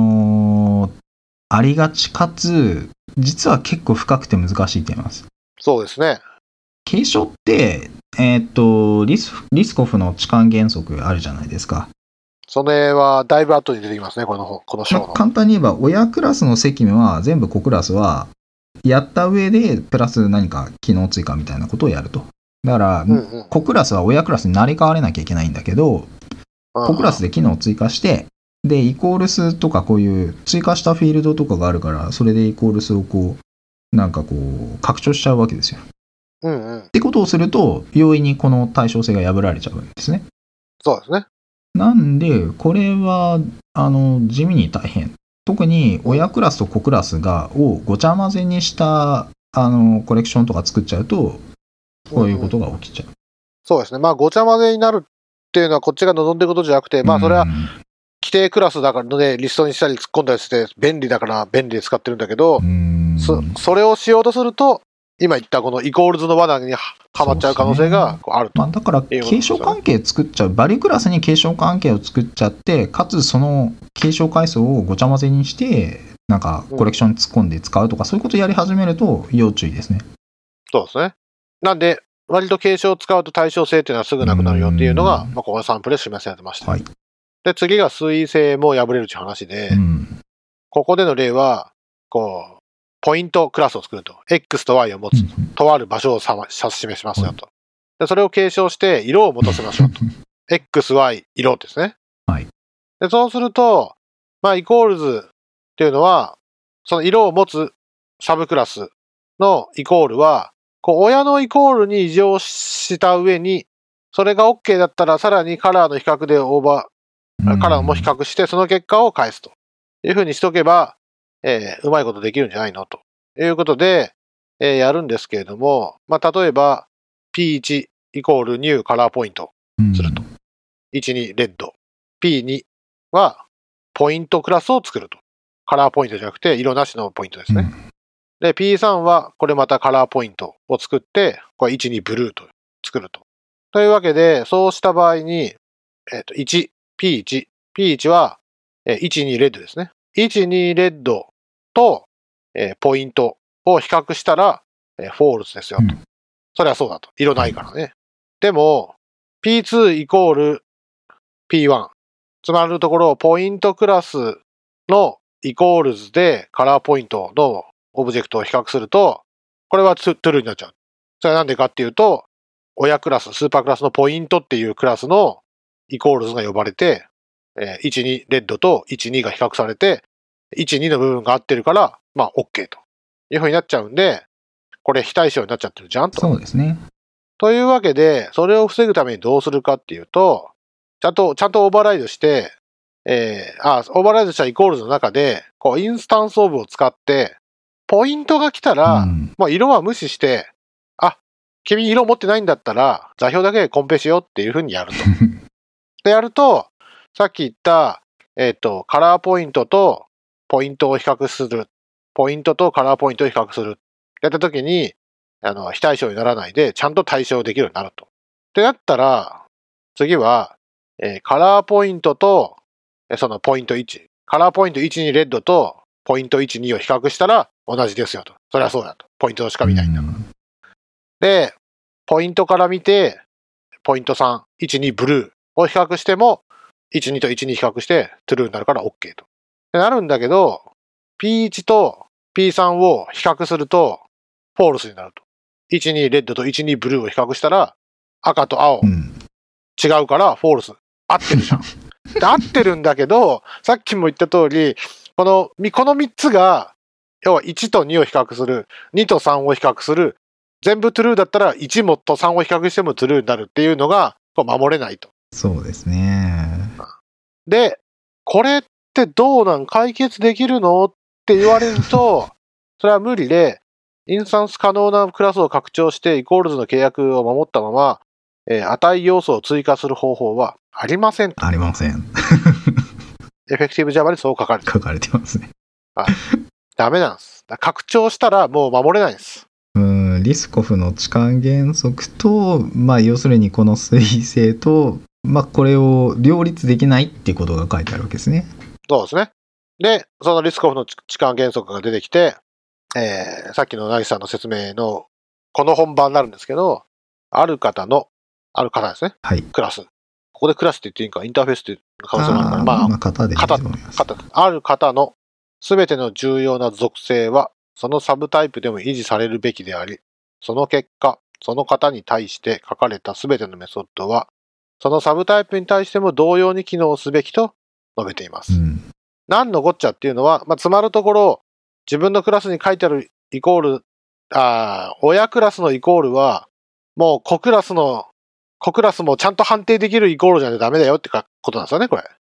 ありがちかつ、実は結構深くて難しいと思います。 そうですね。 継承って、リスコフの置換原則あるじゃないですか。 それはだいぶ後に出てきますね、この章の。 簡単に言えば、親クラスの積名は全部子クラスは、やった上で、プラス何か機能追加みたいなことをやると。だから、子クラスは親クラスに成り代われなきゃいけないんだけど、子クラスで機能を追加して、で、イコール数とかこういう追加したフィールドとかがあるから、それでイコール数をこう、 なんかこう拡張しちゃうわけですよ。 うんうん。 ってことをすると容易にこの対称性が破られちゃうんですね。 そうですね。 なんでこれは地味に大変。特に親クラスと子クラスをごちゃ混ぜにしたコレクションとか作っちゃうとこういうことが起きちゃう。 そうですね。まあごちゃ混ぜになるっていうのはこっちが望んでることじゃなくて、まあそれは規定クラスだからのでリストにしたり突っ込んだりして便利だから便利で使ってるんだけど、それをしようとすると今言ったこのイコールズの罠にはまっちゃう可能性があると。 まあ、だから継承関係作っちゃう、バリュークラスに継承関係を作っちゃって、かつその継承階層をごちゃ混ぜにしてなんかコレクションに突っ込んで使うとか、そういうことをやり始めると要注意ですね。 そうですね。なんで割と継承を使うと対称性っていうのはすぐなくなるよっていうのが、まあ、このサンプルで示されてました。 はい、で次が水性も破れるという話で、ここでの例はこうポイントクラスを作ると。X と Y を持つ。とある場所を示しますよと。でそれを継承して色を持たせましょうと。X、Y、色ですね。 はい。 でそうすると、まあ、イコールズっていうのは、その色を持つサブクラスのイコールは、こう親のイコールに異常した上に、それが OK だったらさらにカラーの比較でカラーも比較してその結果を返すというふうにしとけば、うまいことできるんじゃないのということで、やるんですけれども、まあ、例えば P1 イコールニューカラーポイントすると。12レッド。P2 はポイントクラスを作ると。カラーポイントじゃなくて色なしのポイントですね。で、P3 はこれまたカラーポイントを作って、これ12ブルーと作ると。というわけで、そうした場合に、P1 は12レッドですね。12レッドと、ポイントを比較したら、フォールスですよと。それはそうだと。色ないからね。でも、P2 イコール P1。つまるところ、ポイントクラスのイコールズでカラーポイントのオブジェクトを比較すると、これはトゥルーになっちゃう。それはなんでかっていうと、親クラス、スーパークラスのポイントっていうクラスのイコールズが呼ばれて、12レッドと12が比較されて、12の部分が合ってるから、まあ OK というふうになっちゃうんで、これ非対称になっちゃってるじゃんと。 そうですね。 というわけで、それを防ぐためにどうするかっていうと、ちゃんとオーバーライドして、オーバーライドしたイコールズの中で、こうインスタンスオブを使って、ポイントが来たら、もう色は無視して、君色持ってないんだったら、座標だけでコンペしようっていうふうにやると。で、やると、さっき言った、カラーポイントとポイントを比較する。ポイントとカラーポイントを比較する。やったときに、非対称にならないで、ちゃんと対称できるようになると。ってなったら、次は、カラーポイントと、そのポイント1。カラーポイント1にレッドと、ポイント1、2を比較したら同じですよと。それはそうだと。ポイントしか見ないんだから。で、ポイントから見て、ポイント3、1、2ブルーを比較しても、1、2と1、2比較してトゥルーになるから OK と。ってなるんだけど、P1 と P3 を比較すると、フォールスになると。1、2レッドと1、2ブルーを比較したら、赤と青、違うからフォールス。合ってるじゃん。で合ってるんだけど、さっきも言った通り、この3つが、要は1と2を比較する、2と3を比較する、全部トゥルーだったら1もと3を比較してもトゥルーになるっていうのが守れないと。 そうですね。 で、これってどうなん解決できるのって言われると、それは無理で、インスタンス可能なクラスを拡張してイコールズの契約を守ったまま、値要素を追加する方法はありませんと。 ありません。 エフェクティブ Java でそう書かれてますね。 ダメなんです。拡張したらもう守れないんです。 リスコフの置換原則と、まあ、要するにこの水性と、まあ、これを両立できないっていうことが書いてあるわけですね。 そうですね。で、そのリスコフの置換原則が出てきて、さっきのナギさんの説明のこの本番になるんですけど、ある方ですね。 はい。 クラス。ここでクラスって言っていいんか、インターフェースっていう可能性もあるから、まあ、 型でいいと思います。 ある方のすべての重要な属性は、そのサブタイプでも維持されるべきであり、その結果、その方に対して書かれたすべてのメソッドは、そのサブタイプに対しても同様に機能すべきと述べています。何のこっちゃっていうのは、つまるところ、自分のクラスに書いてあるイコール、親クラスのイコールは、もう子クラスもちゃんと判定できるイコールじゃないとダメだよってことなんですよね、これ。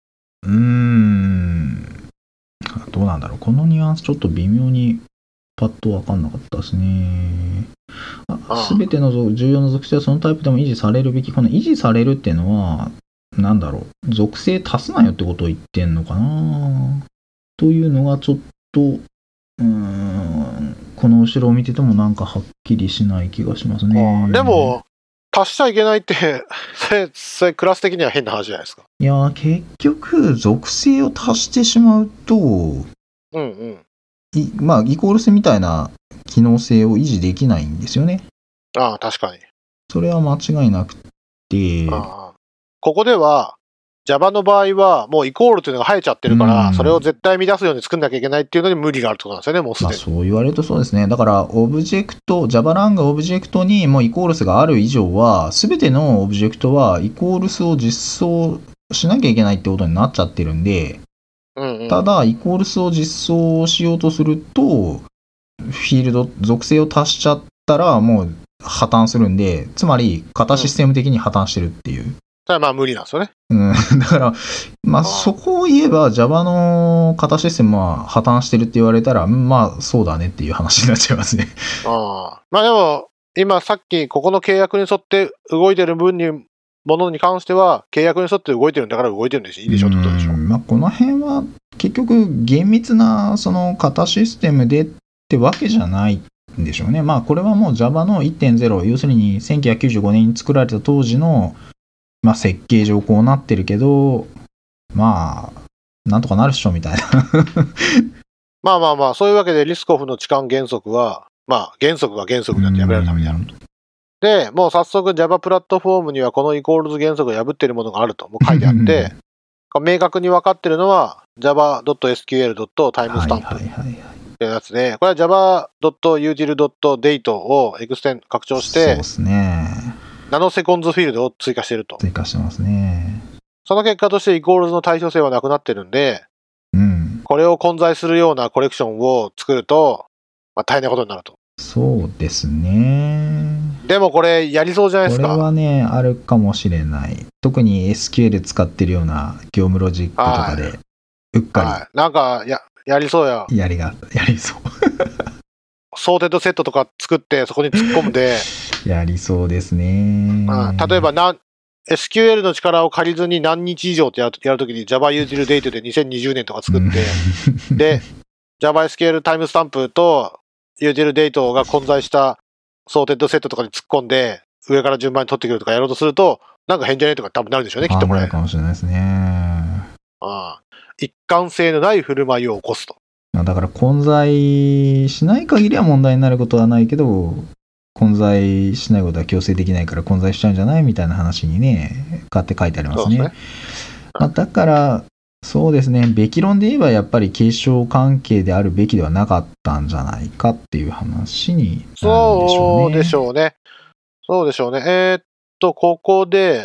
どうなんだろう。このニュアンスちょっと微妙にパッと分かんなかったですね。すべての重要な属性はそのタイプでも維持されるべき。この維持されるっていうのは、なんだろう。属性足すなよってことを言ってんのかなというのがちょっと、この後ろを見ててもなんかはっきりしない気がしますね。 でも、足しちゃいけないって、それクラス的には変な話じゃないですか。 いや、結局、属性を足してしまうと、まあ、イコール性みたいな機能性を維持できないんですよね。 確かに。 それは間違いなくて。 ここでは、Java の場合は、もうイコールというのが生えちゃってるから、それを絶対乱すように作んなきゃいけないっていうのに無理があるってことなんですよね、もうすでに。 そう言われるとそうですね。だから、Java ランがオブジェクトにもうイコールスがある以上は、すべてのオブジェクトはイコールスを実装しなきゃいけないってことになっちゃってるんで、ただ、イコールスを実装しようとすると、フィールド、属性を足しちゃったら、もう破綻するんで、つまり、型システム的に破綻してるっていう。 まあ無理なんですよね。 だから、まあそこを言えば Java の型システムは破綻してるって言われたら、まあそうだねっていう話になっちゃいますね。 まあでも、今さっきここの契約に沿って動いてるものに関しては、契約に沿って動いてるんだから動いてるんでしょ、いいでしょってことでしょ。 まあこの辺は結局厳密なその型システムでってわけじゃないんでしょうね。まあこれはもう Java の 1.0、要するに1995年に作られた当時のまあ設計上こうなってるけど、まあ、なんとかなるっしょみたいな。 まあ、そういうわけでリスコフの置換原則は、まあ原則は原則だって破られるためにあると。で、もう早速 Java プラットフォームにはこのイコールズ原則を破っているものがあるともう書いてあって、明確に分かっているのは java.sql.timestamp ってやつで、これは java.util.date を拡張して、そうですね。ナノセコンズフィールドを追加していると。 追加してますね。 その結果としてイコールズの対称性はなくなってるんで、これを混在するようなコレクションを作ると、まあ、大変なことになると。 そうですね。 でもこれやりそうじゃないですか。 これはね、あるかもしれない。特に SQL 使ってるような業務ロジックとかで、うっかり。なんかやりそうや。 やりそう。 ソーテッドセットとか作ってそこに突っ込んでやりそうですね。 例えばSQL の力を借りずに何日以上ってやるときに Java Util Date で2020年とか作ってで Java SQL タイムスタンプと Util Date が混在したソーテッドセットとかに突っ込んで上から順番に取ってくるとかやろうとするとなんか変じゃねえとか多分なるでしょうね、きっとこれ。 なるかもしれないですね。 一貫性のない振る舞いを起こすと。 だから混在しない限りは問題になることはないけど、混在しないことは強制できないから混在しちゃうんじゃないみたいな話にね、書いてありますね。だから、そうですね、べき論で言えばやっぱり継承関係であるべきではなかったんじゃないかっていう話になるんでしょうね。 そうでしょうね。ここで、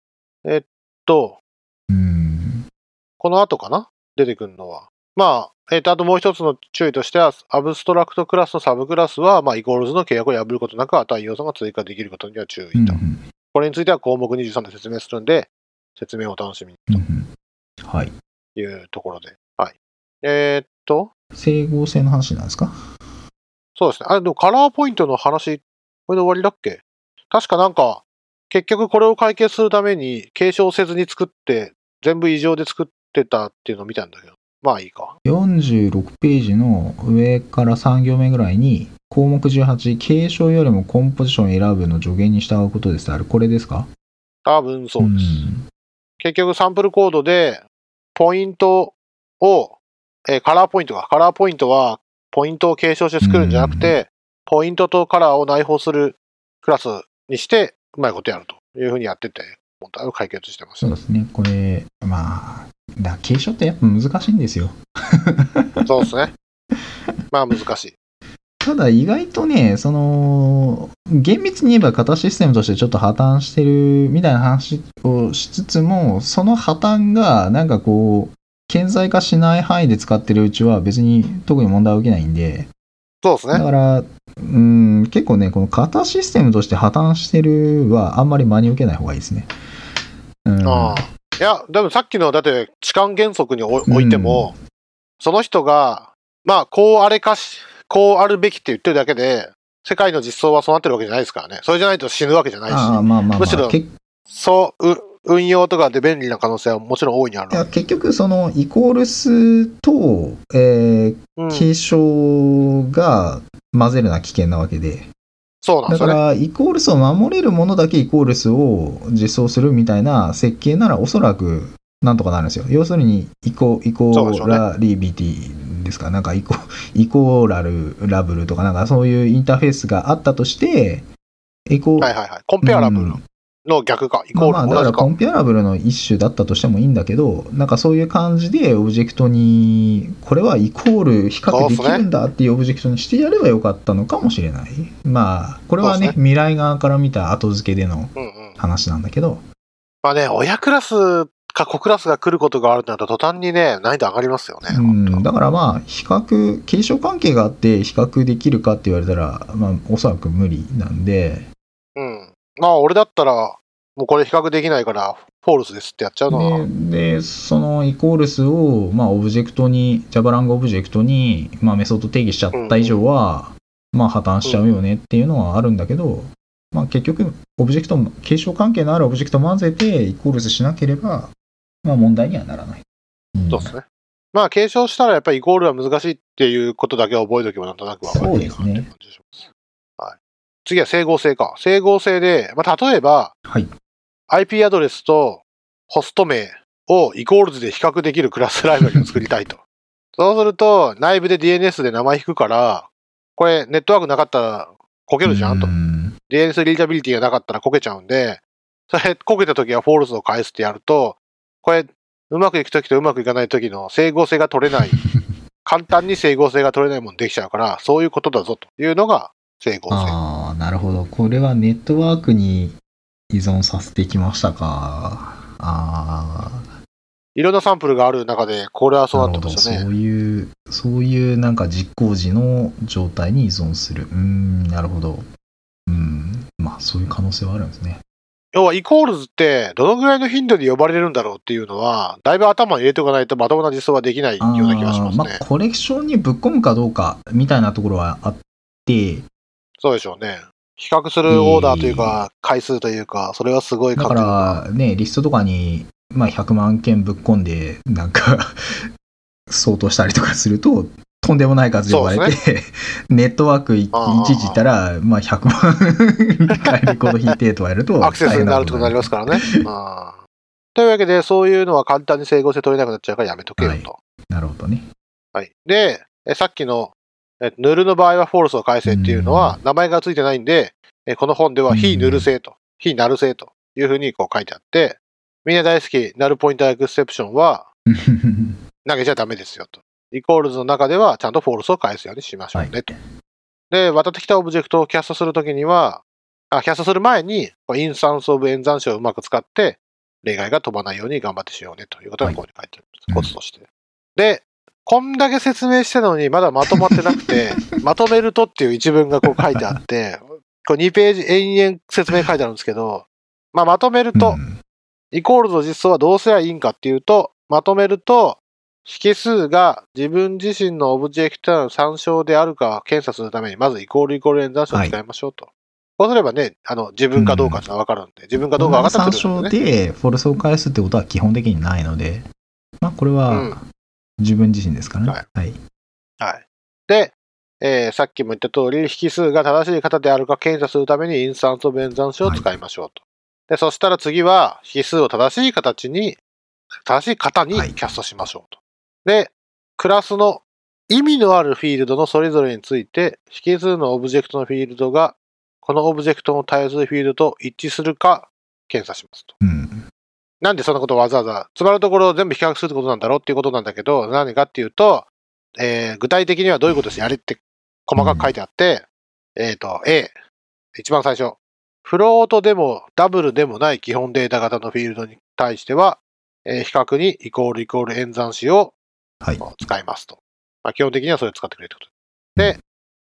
この後かな出てくるのは。まあ、あともう一つの注意としては、アブストラクトクラスとサブクラスは、まあ、イコールズの契約を破ることなく値要素が追加できることには注意と。これについては項目23で説明するんで、説明をお楽しみにと。はい。いうところで。はい。 整合性の話なんですか？ そうですね。でもカラーポイントの話、これで終わりだっけ？確かなんか、結局これを解決するために継承せずに作って、全部異常で作ってたっていうのを見たんだけど。まあいいか。 46ページの上から3行目ぐらいに、項目18、継承よりもコンポジションを選ぶの助言に従うことです。これですか？ 多分そうです。結局サンプルコードで、ポイントを、カラーポイントは、ポイントを継承して作るんじゃなくて、ポイントとカラーを内包するクラスにして、うまいことやるというふうにやってて、問題を解決してます。 そうですね。これ、まあ、継承ってやっぱ難しいんですよ。 そうですね。まあ難しい。 ただ意外とね、厳密に言えば型システムとしてちょっと破綻してるみたいな話をしつつも、その破綻がなんかこう、顕在化しない範囲で使ってるうちは別に特に問題は起きないんで、 そうですね。 だから、結構ね、この型システムとして破綻してるは、あんまり真に受けない方がいいですね。 ああ。いや、でもさっきの、だって、痴漢原則においても、その人が、まあ、こうあるべきって言ってるだけで、世界の実装はそうなってるわけじゃないですからね。それじゃないと死ぬわけじゃないし。むしろ、運用とかで便利な可能性はもちろん大いにある。 いや、結局、その、イコールスと、継承が混ぜるのは危険なわけで。 そうなんですよね。 だから、イコールスを守れるものだけイコールスを実装するみたいな設計なら、おそらく、なんとかなるんですよ。要するに、イコーラリビティですか、なんかイコーラルラブルとか、なんかそういうインターフェースがあったとして、 はいはいはい。コンペアラブルの逆か、イコールまあ、だからコンペアラブルの一種だったとしてもいいんだけど、なんかそういう感じでオブジェクトに、これはイコール比較できるんだっていうオブジェクトにしてやればよかったのかもしれない。まあ、これはね、未来側から見た後付けでの話なんだけど。 まあね、親クラスか子クラスが来ることがあるとなると途端にね、難易度上がりますよね。 だからまあ、継承関係があって比較できるかって言われたら、まあ、おそらく無理なんで。 まあ、俺だったら、もうこれ比較できないから、フォールスですってやっちゃうので、そのイコールスを、まあ、オブジェクトに、Java ラングオブジェクトに、まあ、メソッド定義しちゃった以上は、まあ、破綻しちゃうよねっていうのはあるんだけど、まあ、結局、継承関係のあるオブジェクトを混ぜてイコールスしなければ、まあ、問題にはならない。 そうですね。まあ、継承したらやっぱりイコールは難しいっていうことだけは覚えておけばなんとなくわかる。 そうですね。 はい。次は整合性か。整合性で、まあ、例えば、 はい、 IP アドレスとホスト名をイコールズで比較できるクラスライブラリを作りたいと。そうすると、内部で DNS で名前引くから、これネットワークなかったらこけるじゃんと。DNS リーダビリティがなかったらこけちゃうんで、それこけた時はフォールスを返すってやると、これ、うまくいく時とうまくいかない時の整合性が取れない。簡単に整合性が取れないものできちゃうから、そういうことだぞというのが整合性。 ああ、なるほど。これはネットワークに依存させてきましたか。 いろんなサンプルがある中で、これはそうなってましたね。 そういうなんか実行時の状態に依存する。なるほど。まあそういう可能性はあるんですね。 要はイコールズってどのぐらいの頻度で呼ばれるんだろうっていうのは、だいぶ頭に入れておかないとまともな実装はできないような気がしますね。 まあコレクションにぶっ込むかどうかみたいなところはあって、 そうでしょうね。比較するオーダーというか、回数というか、それはすごいだからね、リストとかに、まあ、100万件ぶっ込んで、なんか相当したりとかすると、とんでもない数で呼ばれて、ネットワーク一時いたら、まあ、100万回レコード引いてとかやると、 アクセスになるってことになりますからね。というわけで、そういうのは簡単に整合性取れなくなっちゃうからやめとけよと。 はい、なるほどね。 はい。で、さっきの、ヌルの場合はフォルスを返せっていうのは、名前がついてないんで、この本では非ヌル性と、非ナル性というふうにこう書いてあって、みんな大好きナルポインターエクセプションは投げちゃダメですよと。イコールズの中ではちゃんとフォルスを返すようにしましょうねと。で、渡ってきたオブジェクトをキャストするときには、キャストする前に、インスタンスオブ演算子をうまく使って、例外が飛ばないように頑張ってしようねということがここに書いてあるんです。コツとして。で、こんだけ説明してるのにまだまとまってなくて、まとめるとっていう一文がこう書いてあって、これ2ページ延々説明書いてあるんですけど、まとめると、イコールズの実装はどうすればいいんかっていうと、まとめると、引数が自分自身のオブジェクトの参照であるか検査するために、まずイコールイコール演算子を使いましょうと。こうすればね、自分かどうかってのは分かるんで、自分かどうか分かってくるんで、ね。 参照でフォルスを返すってことは基本的にないので、まあこれは自分自身ですからね。はい。 で、さっきも言った通り、引数が正しい型であるか検査するためにインスタンスオブ演算子を使いましょうと。で、そしたら次は引数を正しい型にキャストしましょうと。で、クラスの意味のあるフィールドのそれぞれについて、引数のオブジェクトのフィールドが、このオブジェクトの対応するフィールドと一致するか検査しますと。なんでそんなことをわざわざ、つまるところを全部比較するってことなんだろうっていうことなんだけど、何かっていうと、具体的にはどういうことですやれって細かく書いてあって、A、一番最初。フロートでもダブルでもない基本データ型のフィールドに対しては、比較にイコールイコール演算子を使いますと。基本的にはそれを使ってくれるってことで。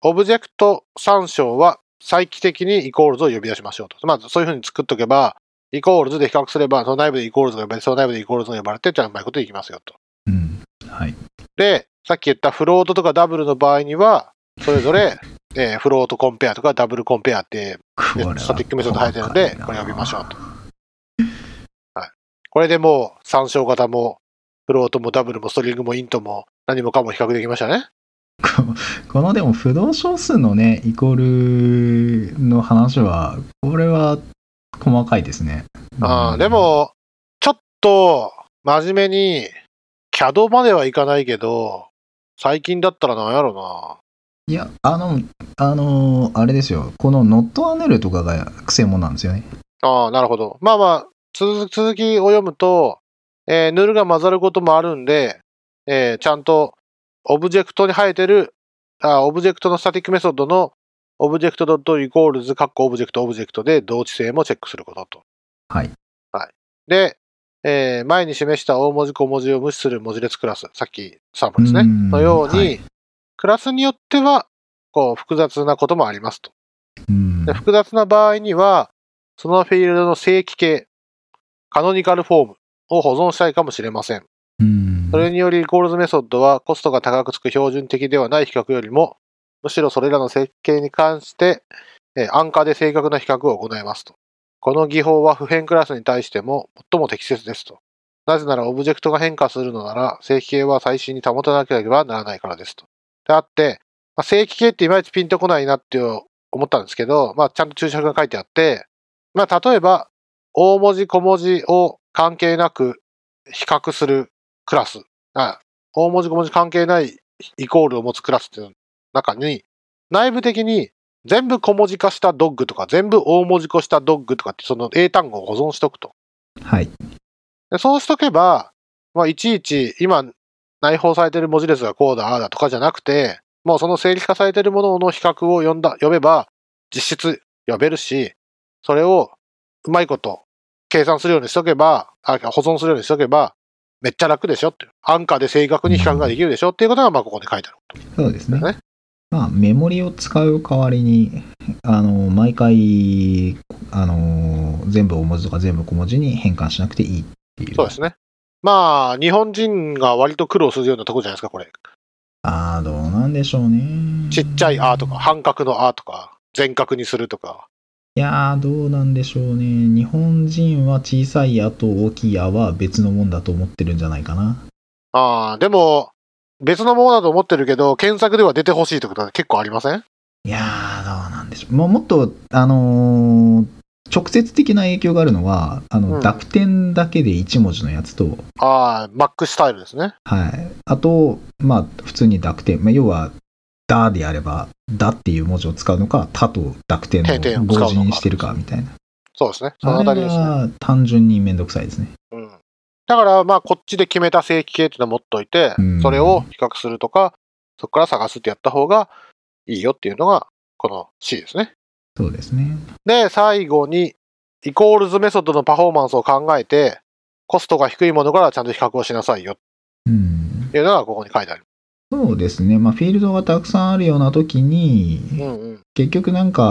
オブジェクト参照は再帰的にイコールズを呼び出しましょうと。まあ、そういう風に作っとけば、イコールズで比較すれば、その内部でイコールズが呼ばれて、その内部でイコールズが呼ばれて、じゃあうまいこといきますよと。 はい。 で、さっき言ったフロートとかダブルの場合には、それぞれ、フロートコンペアとかダブルコンペアって、スタティックメソッド入ってるので、これ呼びましょうと。はい。これでもう、参照型も、フロートもダブルもストリングもイントも何もかも比較できましたね。 このでも不動小数のね、イコールの話は、これは細かいですね。 でも、ちょっと真面目に、CAD まではいかないけど、最近だったら何やろな。 いや、あれですよ。このノットアネルとかが癖もなんですよね。 なるほど。まあまあ、続きを読むと、ヌルが混ざることもあるんで、ちゃんとオブジェクトに生えてる、オブジェクトのスタティックメソッドのオブジェクトドットイコールズカッコオブジェクトで同値性もチェックすることと。 はい。 はい。で、前に示した大文字小文字を無視する文字列クラス、さっきサンプルですね。のように、はい、クラスによっては、こう、複雑なこともありますと。で複雑な場合には、そのフィールドの正規形、カノニカルフォームを保存したいかもしれません。それによりイコールズメソッドはコストが高くつく標準的ではない比較よりも、むしろそれらの設計に関して、アンカーで正確な比較を行いますと。この技法は普遍クラスに対しても最も適切ですと。なぜならオブジェクトが変化するのなら、正規形は最新に保たなければならないからですと。であって、正規形っていまいちピンとこないなって思ったんですけど、ちゃんと注釈が書いてあって、例えば、大文字小文字を関係なく比較するクラス。大文字小文字関係ないイコールを持つクラスっていうの中に、内部的に全部小文字化したドッグとか、全部大文字化したドッグとかってその英単語を保存しとくと。 はい。 でそうしとけば、いちいち今内包されている文字列がこうだ、ああだとかじゃなくて、もうその整理化されているものの比較を読めば、実質読めるし、それをうまいこと計算するようにしとけば、保存するようにしとけば、めっちゃ楽でしょっていう。アンカーで正確に比較ができるでしょっていうことが、ここに書いてあること。 そうですね。メモリを使う代わりに、毎回、全部大文字とか全部小文字に変換しなくていいっていう。 そうですね。日本人が割と苦労するようなところじゃないですか、これ。 どうなんでしょうね。 ちっちゃいあとか、半角のあとか、全角にするとか。 いやどうなんでしょうね。日本人は小さいあと大きいあは別のもんだと思ってるんじゃないかな。 でも、別のものだと思ってるけど、検索では出てほしいってことは結構ありません？ いやどうなんでしょう。もっと、直接的な影響があるのは、濁点だけで1文字のやつと、 マックスタイルですね。 はい。あと、普通に濁点。要は、だであれば、だっていう文字を使うのか、たと濁点を同時にしてるかみたいな。 そうですね。そのあたりですね。 単純にめんどくさいですね。 だから、こっちで決めた正規形っていうのを持っといて、それを比較するとか、そこから探すってやった方がいいよっていうのが、この C ですね。 そうですね。 で、最後に、イコールズメソッドのパフォーマンスを考えて、コストが低いものからちゃんと比較をしなさいよ。っていうのがここに書いてある。 そうですね。フィールドがたくさんあるような時に、結局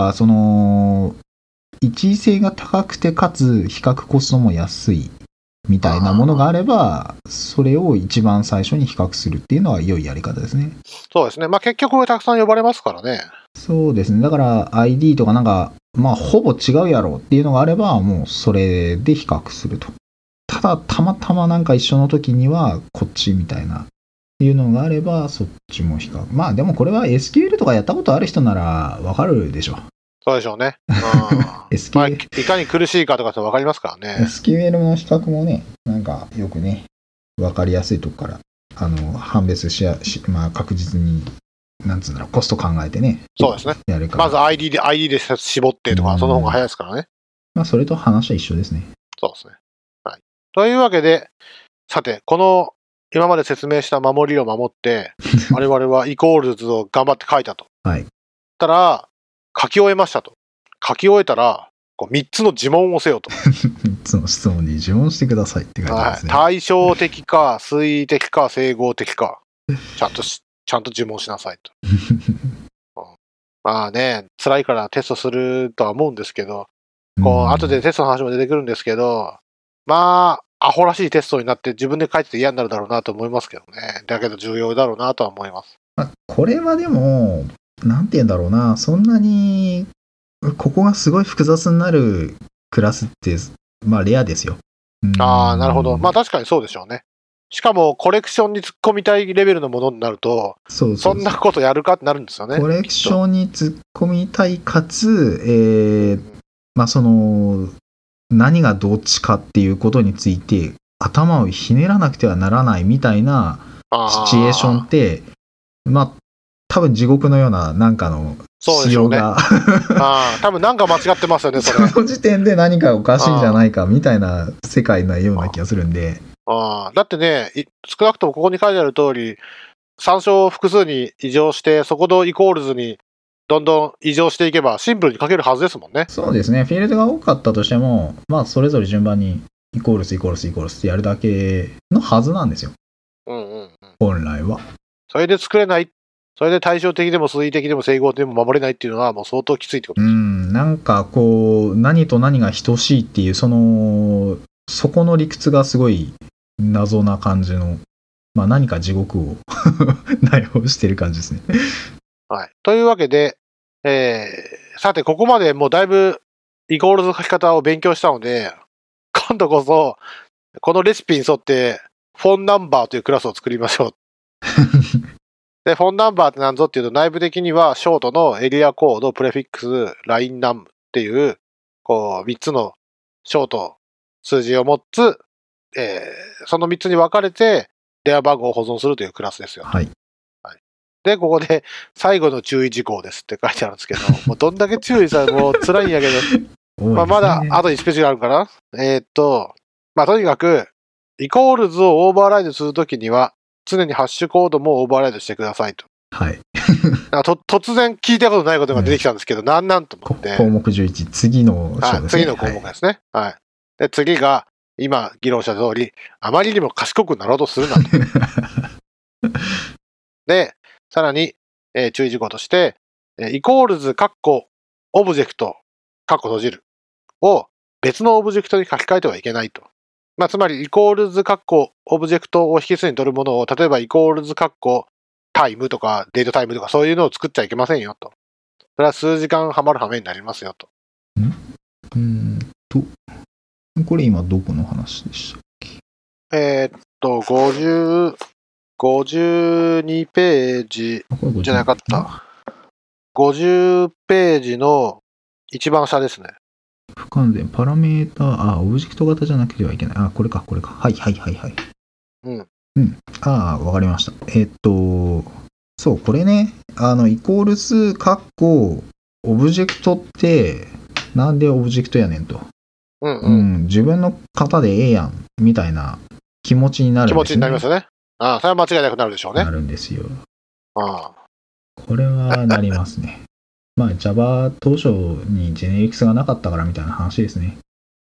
一位性が高くてかつ比較コストも安いみたいなものがあれば、それを一番最初に比較するっていうのは良いやり方ですね。 そうですね。結局たくさん呼ばれますからね。 そうですね。だから ID とかほぼ違うやろっていうのがあれば、もうそれで比較すると。ただ、たまたま一緒の時にはこっちみたいなっていうのがあれば、そっちも比較。でもこれは SQL とかやったことある人ならわかるでしょ。 そうでしょうね。 SQL いかに苦しいかとかってわかりますからね。 SQL の比較もね、よくね、わかりやすいとこから判別確実にコスト考えてね。 そうですね。 やるから。 まず ID で絞ってとか、その方が早いですからね。 それと話は一緒ですね。 そうですね。はい。というわけで、さて、この今まで説明した守りを守って、我々はイコールズを頑張って書いたと。 はい。 たら、書き終えましたと。書き終えたら、3つの呪文をせよと。 3つの質問に呪文してくださいって書いてありますね。 対照的か、推移的か、整合的か。ちゃんと呪文しなさいと。 まあね、辛いからテストするとは思うんですけど、後でテストの話も出てくるんですけど、まあ、アホらしいテストになって自分で書いてて嫌になるだろうなと思いますけどね。だけど重要だろうなとは思います。 これはでも、なんて言うんだろうな、そんなに、ここがすごい複雑になるクラスって、まあレアですよ。 ああ、なるほど。まあ確かにそうでしょうね。しかもコレクションに突っ込みたいレベルのものになると、そんなことやるかってなるんですよね。 コレクションに突っ込みたいかつ、まあその、何がどっちかっていうことについて頭をひねらなくてはならないみたいなシチュエーションって、まあ多分地獄のようななんかの仕様が、 多分なんか間違ってますよね、それ。その時点で何かおかしいんじゃないかみたいな世界なような気がするんで。 だってね、少なくともここに書いてある通り、参照を複数に異常して、そこのイコールズにどんどん異常していけばシンプルに書けるはずですもんね。 そうですね。フィールドが多かったとしても、まあそれぞれ順番にイコールスイコールスイコールスってやるだけのはずなんですよ。本来は。 それで作れない。それで対照的でも数意的でも整合でも守れないっていうのはもう相当きついってことです。 なんかこう何と何が等しいっていうそこの理屈がすごい謎な感じの、まあ何か地獄を内包してる感じですね。 はい。というわけで、さてここまでもうだいぶイコールズ書き方を勉強したので、今度こそこのレシピに沿ってフォンナンバーというクラスを作りましょう。で、フォンナンバーって何ぞっていうと、内部的にはショートのエリアコード、プレフィックス、ラインナムっていう、3つのショート、数字を持つ、その3つに分かれて、電話番号を保存するというクラスですよ。 はい。 で、ここで、最後の注意事項ですって書いてあるんですけど、もうどんだけ注意されもう辛いんやけど、まあまだ、あと1ページがあるかな。まあとにかく、イコールズをオーバーライドするときには、常にハッシュコードもオーバーライドしてくださいと。 はい。 突然聞いたことないことが出てきたんですけど、なんと思って。 項目11、次の章ですね。 次の項目ですね。はい。で、次が、今議論した通り、あまりにも賢くなろうとするなと。で、さらに、注意事項として、イコールズ、カッコ、オブジェクト、カッコ閉じるを別のオブジェクトに書き換えてはいけないと。まあ、つまり、イコールズカッコオブジェクトを引数に取るものを、例えばイコールズカッコタイムとかデートタイムとかそういうのを作っちゃいけませんよと。それは数時間はまる羽目になりますよと。 これ今どこの話でしたっけ 52ページじゃなかった。50ページの一番下ですね。 不完全、パラメータ、オブジェクト型じゃなければいけない。これか。はい。わかりました。そう、これね、イコール数、カッコ、オブジェクトって、なんでオブジェクトやねんと。自分の型でええやん、みたいな気持ちになるんですね。 気持ちになりますよね。それは間違いなくなるでしょうね。 なるんですよ。これはなりますね。まあ Java 当初にジェネリクスがなかったからみたいな話ですね。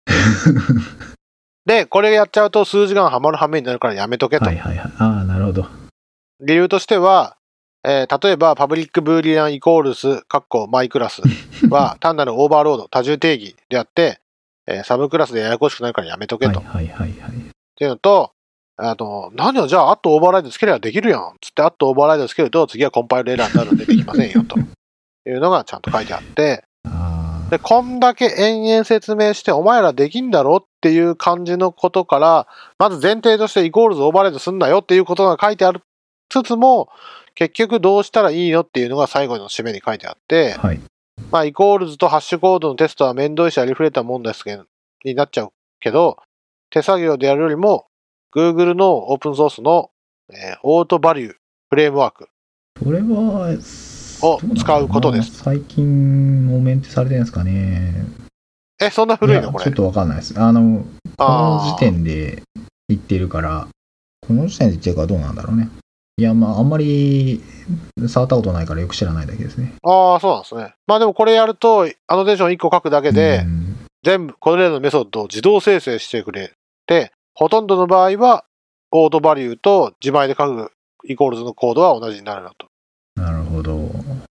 で、これやっちゃうと数字がはまる羽目になるからやめとけと。 なるほど。 理由としては、例えばパブリックブーリアンイコールス、カッコマイクラスは単なるオーバーロード、多重定義であって、サブクラスでややこしくなるからやめとけと。っていうのと、何をじゃあアットオーバーライドつければできるやんつってアットオーバーライドつけると次はコンパイルエラーになるのでできませんよというのがちゃんと書いてあって、で、こんだけ延々説明してお前らできんだろっていう感じのことから、まず前提としてイコールズオーバーライドすんなよっていうことが書いてあるつつも、結局どうしたらいいのっていうのが最後の締めに書いてあって、まあイコールズとハッシュコードのテストは面倒いしありふれたもんですけど、になっちゃうけど、手作業でやるよりも、Google のオープンソースの、オートバリューフレームワーク。 これは、 を使うことです。 最近もメンテされてるんですかね。 そんな古いのこれ。 ちょっとわかんないです。この時点で言ってるから、この時点で言ってるからどうなんだろうね。いや、まあ、あんまり触ったことないからよく知らないだけですね。 そうなんですね。まあでもこれやると、アノテーション1個書くだけで、全部これらのメソッドを自動生成してくれて、ほとんどの場合は、オートバリューと自前で書くイコールズのコードは同じになるなと。 なるほど。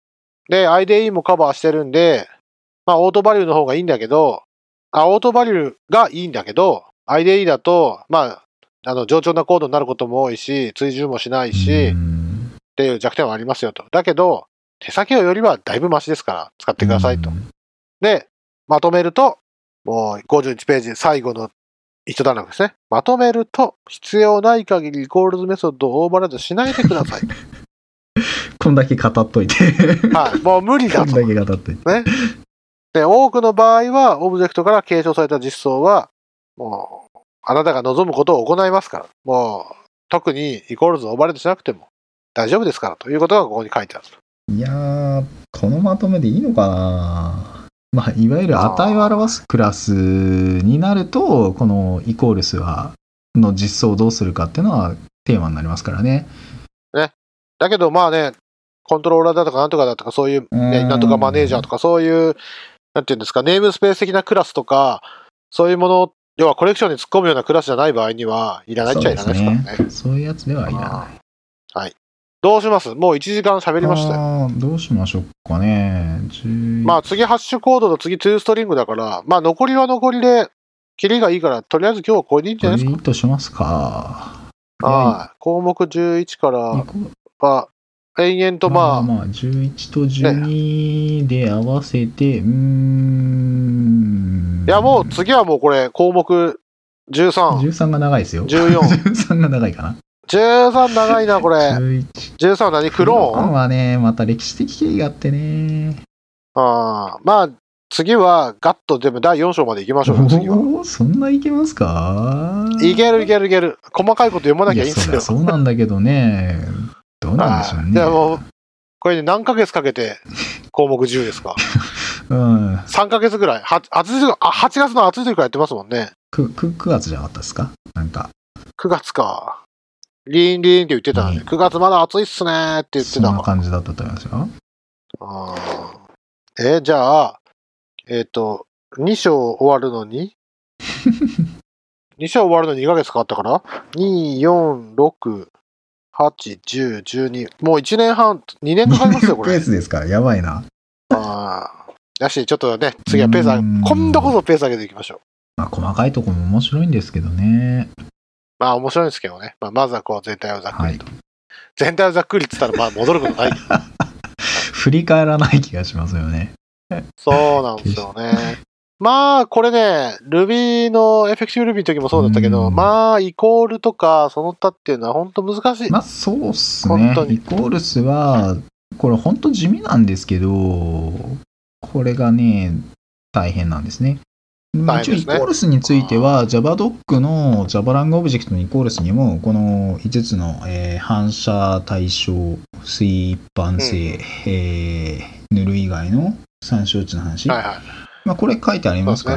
で、IDE もカバーしてるんで、まあ、オートバリューの方がいいんだけど、オートバリューがいいんだけど、IDE だと、まあ、冗長なコードになることも多いし、追従もしないし、っていう弱点はありますよと。だけど、手先よりはだいぶマシですから、使ってくださいと。で、まとめると、もう51ページ、最後の一段落ですね。まとめると、必要ない限りイコールズメソッドをオーバーライドしないでください。 こんだけ語っといて。 はい。もう無理だと。 こんだけ語っといて。 ね。で、多くの場合は、オブジェクトから継承された実装は、もう、あなたが望むことを行いますから、もう、特にイコールズをオーバーライドしなくても大丈夫ですから、ということがここに書いてあると。 いやー、このまとめでいいのかな。まあ、いわゆる値を表すクラスになると、このイコールスの実装をどうするかっていうのはテーマになりますからね。 ね。だけどまあね、コントローラーだとかなんとかだとかそういう、ね、なんとかマネージャーとかそういう、なんていうんですか、ネームスペース的なクラスとか、そういうもの、要はコレクションに突っ込むようなクラスじゃない場合には、いらないっちゃいらないですからね。 そういうやつではいらない。 はい。どうします？もう1時間喋りましたよ。 どうしましょうかね。 まあ次ハッシュコードと次2ストリングだから、まあ残りは残りで、キリがいいから、とりあえず今日はこれでいいんじゃないですか。 これでいいとしますか。 はい。項目11からは、延々とまあ。 まあ11と12で合わせて、いやもう次はもうこれ項目13。 13が長いですよ。 14。 13が長いかな。 13長いな、これ。13は何？クローンはね、また歴史的経緯があってね。 まあ、次はガッとでも第4章まで行きましょうよ、次は。 そんないけますか？ いけるいけるいける。細かいこと読まなきゃいいんですよ。 そうなんだけどね。どうなんでしょうね。 でも、これね、何ヶ月かけて項目10ですか。3ヶ月ぐらい。8月の暑い時からやってますもんね。 9月じゃなかったですか？なんか。 9月か。リーンって言ってたので、9月まだ暑いっすねーって言ってたから。 そんな感じだったと思いますよ。 じゃあ、2章終わるのに2章終わるのに2ヶ月かかったから ?2、4、6、8、10、12。もう1年半、2年かかりますよ、これ。 ペースですか？やばいな。 だし、ちょっとね、次はペース今度こそペース上げていきましょう。 まあ、細かいところも面白いんですけどね。 まあ、面白いんですけどね。まずはこう、全体をざっくりと。全体をざっくりって言ったら、まあ、戻ることないけど。 振り返らない気がしますよね。 そうなんですよね。まあ、これね、Ruby の、エフェクティブ Ruby の時もそうだったけど、まあ、イコールとか、その他っていうのは本当難しい。 まあ、そうっすね。イコールスは、これ本当地味なんですけど、これがね、大変なんですね。一応イコールスについては JavaDoc の JavaLang オブジェクトのイコールスにもこの5つの、反射対象水一般性、ヌル以外の参照値の話、まあ、これ書いてありますから、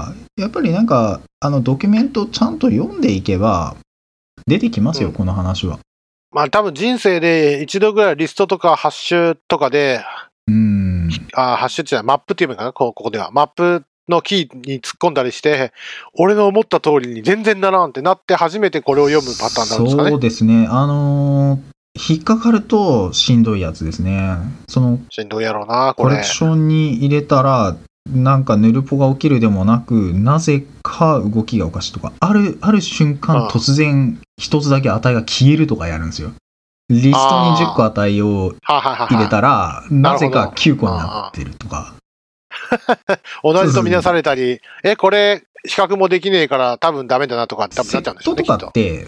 やっぱりなんかドキュメントちゃんと読んでいけば出てきますよ、この話は。 まあ多分人生で一度ぐらいリストとかハッシュとかでハッシュってマップっていうのかな、ここではマップのキーに突っ込んだりして、俺の思った通りに全然ならんってなって初めてこれを読むパターンなんですかね。 そうですね。引っかかるとしんどいやつですね。 しんどいやろうな、これ。 コレクションに入れたら、なんかヌルポが起きるでもなく、なぜか動きがおかしいとか、ある瞬間突然一つだけ値が消えるとかやるんですよ。リストに10個値を入れたら、なぜか9個になってるとか。 同じとみなされたり、これ比較もできねえから多分ダメだなとか多分なっちゃうんでしょうね。 セットとかって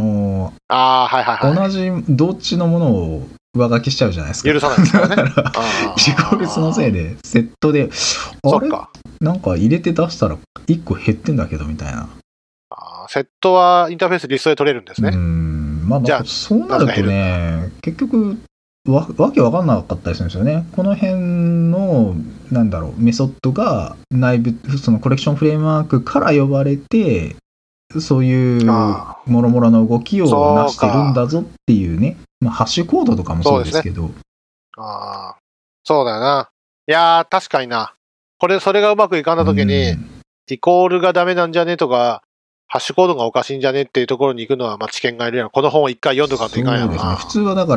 同じどっちのものを上書きしちゃうじゃないですか。 許さないですからね。 イコールスのせいでセットであれなんか入れて出したら1個減ってんだけどみたいな。 セットはインターフェースリストで取れるんですね。 まあそうなるとね、結局わけわかんなかったりするんですよね。この辺のメソッドが内部そのコレクションフレームワークから呼ばれて、そういうもろもろの動きをなしてるんだぞっていうね。ハッシュコードとかもそうですけど。 そうだよな。いやー確かにな。それがうまくいかんだ時に、イコールがダメなんじゃねとか、 ハッシュコードがおかしいんじゃねっていうところに行くのは、まあ、知見がいるやん。この本を一回読んどかんといかんやろな。 そうですね。普通はだから、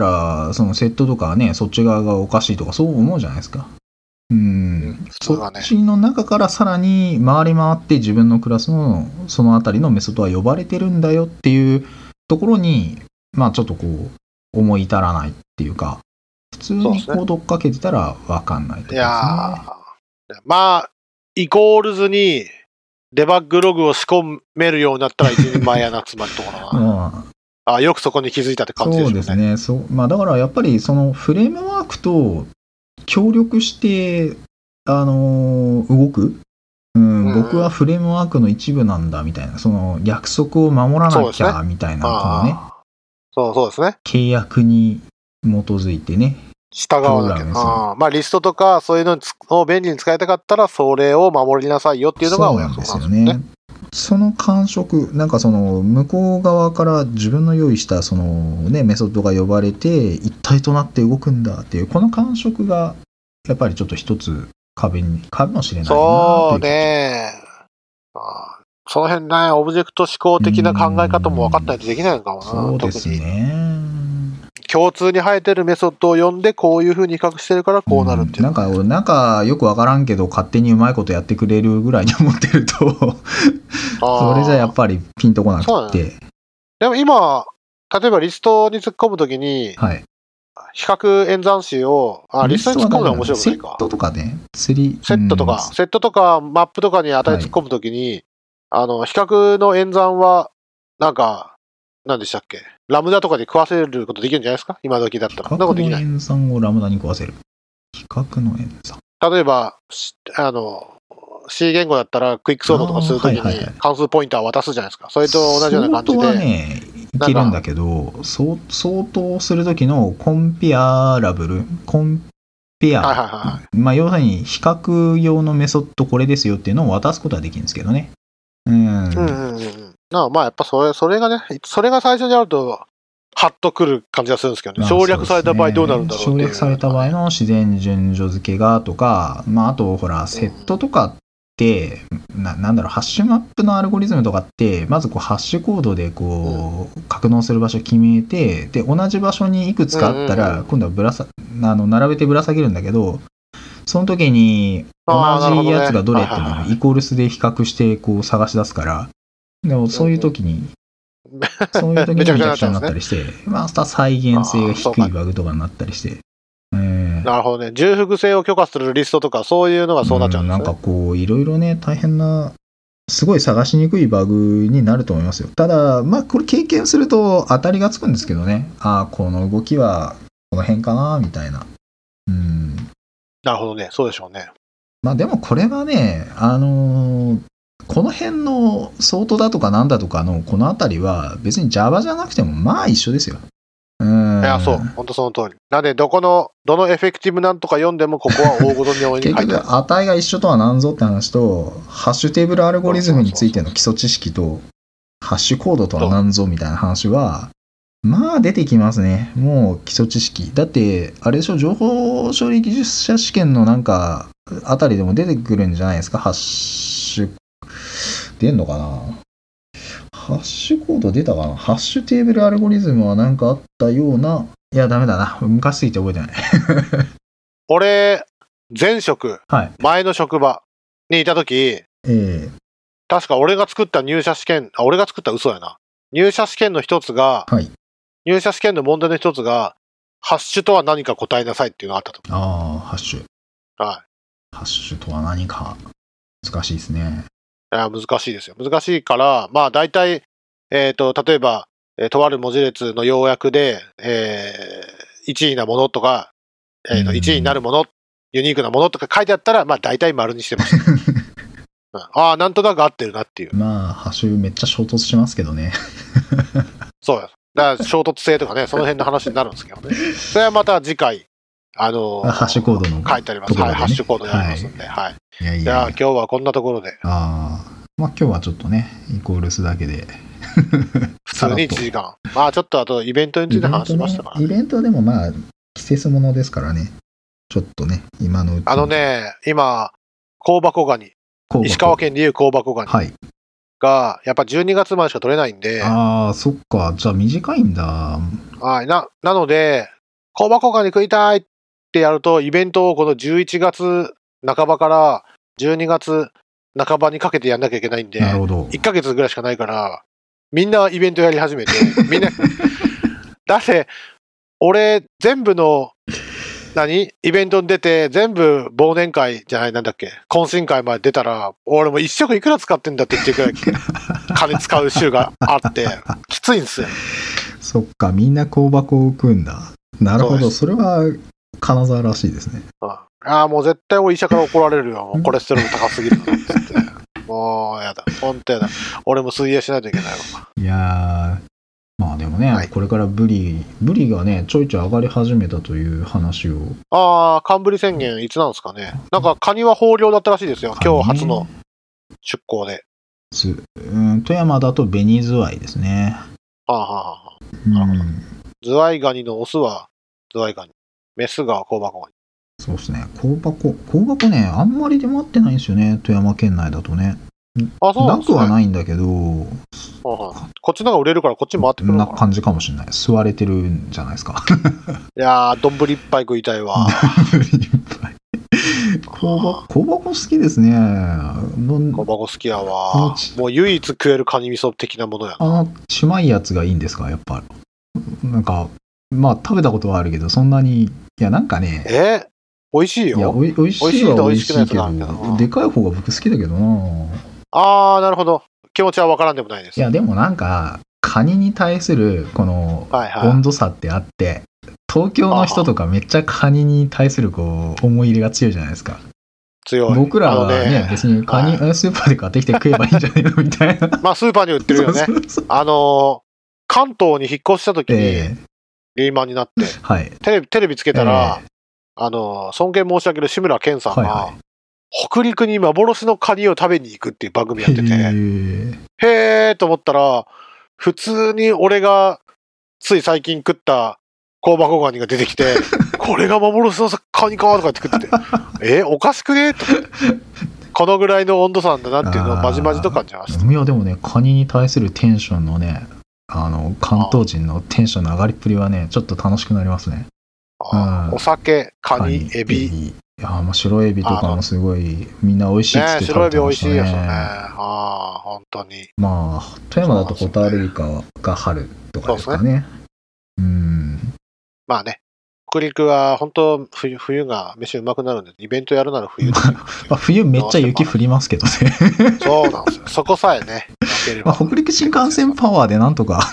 そのセットとかね、そっち側がおかしいとか、そう思うじゃないですか。 普通はね。 そっちの中からさらに回り回って自分のクラスのそのあたりのメソッドは呼ばれてるんだよっていうところに、まあちょっとこう、思い至らないっていうか、普通にコードかけてたらわかんないところですね。 いやー、まあ、イコールズにデバッグログを仕込めるようになったら一人前やな、つまりところな。よくそこに気づいたって感じですね。 そうですね。まあだからやっぱりそのフレームワークと協力して動く、僕はフレームワークの一部なんだみたいな、その約束を守らなきゃみたいな、このね、 そうですね。 契約に基づいてね、 従わなきゃ。まあリストとかそういうのを便利に使いたかったら、それを守りなさいよっていうのがお約束なんですよね。 その感触、なんかその向こう側から自分の用意したそのねメソッドが呼ばれて一体となって動くんだっていうこの感触がやっぱりちょっと一つ壁かもしれないな。 そうね。その辺ね、オブジェクト思考的な考え方も分かったりできないのかもな。 そうですね。 共通に生えてるメソッドを読んでこういう風に比較してるからこうなるっていう。 なんかよく分からんけど勝手にうまいことやってくれるぐらいに思ってるとそれじゃやっぱりピンとこなくて、ね。 でも今例えばリストに突っ込むときに、はい、比較演算子をリストに突っ込むのは面白くないか。 セットとかね、 セットとかマップとかに値突っ込むときに、比較の演算はなんか何でしたっけ、ラムダとかで食わせることできるんじゃないですか、今時だったら。 比較の演算をラムダに食わせる。比較の演算。 例えばC 言語だったらクイックソートとかするときに関数ポインター渡すじゃないですか。それと同じような感じで。 相当はね、いけるんだけど、相当するときのコンペア、まあ要するに比較用のメソッドこれですよっていうのを渡すことはできるんですけどね。 まあやっぱそれがね、それが最初にあるとハッとくる感じがするんですけどね。省略された場合どうなるんだろうっていう。 省略された場合の自然順序付けがとか、まああとほらセットとかってなんだろう、ハッシュマップのアルゴリズムとかってまずこうハッシュコードでこう格納する場所を決めて、で同じ場所にいくつかあったら今度は並べてぶら下げるんだけど、その時に同じやつがどれっていうのをイコールスで比較してこう探し出すから、でもそういう時にめちゃくちゃになったりして、まあ再現性が低いバグとかになったりして。 なるほどね。重複性を許可するリストとかそういうのがそうなっちゃうんですね。 なんかこういろいろね大変な、すごい探しにくいバグになると思いますよ。ただまあこれ経験すると当たりがつくんですけどね。この動きはこの辺かなみたいな。 なるほどね。そうでしょうね。 まあでもこれはね、この辺のソートだとかなんだとかのこのあたりは別に Java じゃなくてもまあ一緒ですよ。 いや、そう。本当その通り。なんで、どのエフェクティブなんとか読んでも、ここは大ごとに書いてある。 結局、値が一緒とは何ぞって話と、ハッシュテーブルアルゴリズムについての基礎知識と、ハッシュコードとは何ぞみたいな話は、まあ出てきますね。もう基礎知識。だって、あれでしょ、情報処理技術者試験のなんか、あたりでも出てくるんじゃないですか、ハッシュ、出んのかな。ハッシュコード出たかな。ハッシュテーブルアルゴリズムはなんかあったような。いや、ダメだな。昔すぎて覚えてない。 俺、前職、前の職場にいたとき、確か俺が作った入社試験、俺が作った嘘やな。入社試験の一つが、入社試験の問題の一つが、ハッシュとは何か答えなさいっていうのがあったと。 ハッシュ。ハッシュとは何か。難しいですね。 いや、難しいですよ。難しいから、まあ大体、例えば、とある文字列の要約で、1位なものとか、1位になるもの、ユニークなものとか書いてあったら、まあ大体丸にしてました。なんとなく合ってるなっていう。 まあ、ハッシュめっちゃ衝突しますけどね。 そうです。だから衝突性とかね、その辺の話になるんですけどね。それはまた次回、 ハッシュコードの書いてあります。はい、ハッシュコードやりますんで、はい。じゃあ今日はこんなところで。 まあ今日はちょっとね、イコールスだけで。 普通に1時間。まあちょっとあとイベントについて話しましたから。 イベントでもまあ、季節ものですからね。ちょっとね、今のうち今、香箱ガニ。石川県でいう香箱ガニ。 が、やっぱ12月までしか取れないんで、 ああ、そっか。じゃあ短いんだ。 はい。なので、香箱ガニ食いたいってやると、イベントをこの11月半ばから12月半ばにかけてやんなきゃいけないんで、 なるほど。 1ヶ月ぐらいしかないから、みんなイベントやり始めて、みんな、だって、俺、全部の、イベントに出て、全部忘年会じゃない、なんだっけ、懇親会まで出たら、俺も一食いくら使ってんだって言ってくらい、金使う週があって、きついんですよ。 そっか、みんな香箱を食うんだ。なるほど、 そうです。 それは金沢らしいですね。 ああ、もう絶対俺医者から怒られるよ。もうコレステロール高すぎるな、つって。もうやだ。ほんとやだ。俺も水泳しないといけないわ。 いやー、まあでもね、 はいこれからブリがね、ちょいちょい上がり始めたという話を。 ああ、寒ブリ宣言いつなんですかね。なんかカニは豊漁だったらしいですよ。今日初の出港で。 富山だと紅ズワイですね。 はあ、はあはあ、 うんなるほど。ズワイガニのオスはズワイガニ。メスが香箱ガニ。 そうですね。香箱ね、あんまり出回ってないんですよね、富山県内だとね。 あ、そうなんですね。 なくはないんだけど、 はあはあ、こっちの方が売れるからこっち回ってくるのかな。 な感じかもしれない。吸われてるんじゃないですか。 いやー、丼いっぱい食いたいわ。 香箱好きですね。 香箱好きやわ。もう唯一食えるカニ味噌的なものやな。 ちまいやつがいいんですか、やっぱ。なんか、まあ食べたことはあるけど、そんなに、いやなんかね。 美味しいよ。 いや、おいしいは美味しいけど、でかい方が僕好きだけどな。 あー、なるほど。気持ちはわからんでもないです。 いや、でもなんか、カニに対する、この、温度差ってあって、東京の人とかめっちゃカニに対するこう思い入れが強いじゃないですか。 強い。 僕らはね、別にカニ、スーパーで買ってきて食えばいいんじゃないのみたいな。 まあスーパーに売ってるよね。関東に引っ越した時に、リーマンになって、 はい、 テレビつけたら、尊敬申し上げる志村けんさんが、北陸に幻のカニを食べに行くっていう番組やってて、へーと思ったら、普通に俺がつい最近食った香箱ガニが出てきて、これが幻のカニかとかって食ってて、おかしくねとこのぐらいの温度差なんだなっていうのをまじまじと感じました。 いやでもね、カニに対するテンションのね、関東人のテンションの上がりっぷりはね、ちょっと楽しくなりますね。 お酒、カニ、エビ。 いやもう白エビとかもすごいみんな美味しいって言って食べてましたね。 白エビ美味しいですよね。本当に。 まあ富山だとホタルイカが春とかですかね。 まあね、北陸は本当冬が飯うまくなるんで、イベントやるなら冬冬めっちゃ雪降りますけどね。 そうなんですよ。そこさえね、 北陸新幹線パワーでなんとか。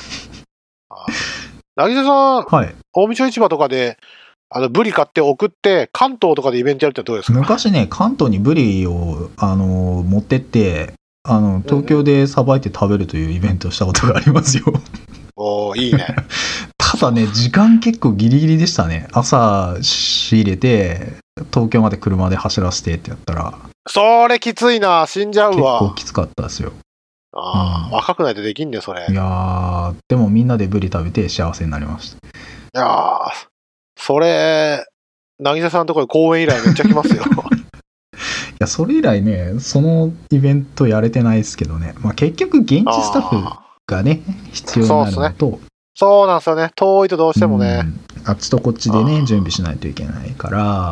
渚さん、近江町市場とかでブリ買って送って、関東とかでイベントやるってどうですか？ 昔ね、関東にブリを、持ってって、東京でさばいて食べるというイベントをしたことがありますよ。 いいね。 ただね、時間結構ギリギリでしたね。朝仕入れて、東京まで車で走らせてってやったら。 それきついな、死んじゃうわ。 結構きつかったですよ。 若くないとできんねそれ。 いやー、でもみんなでブリ食べて幸せになりました。 いやー、それ、渚さんのところで公演以来めっちゃ来ますよ。 いや、それ以来ね、そのイベントやれてないですけどね。まあ結局現地スタッフがね、必要になるのと。 そうなんですよね。遠いとどうしてもね。 あっちとこっちでね、準備しないといけないから。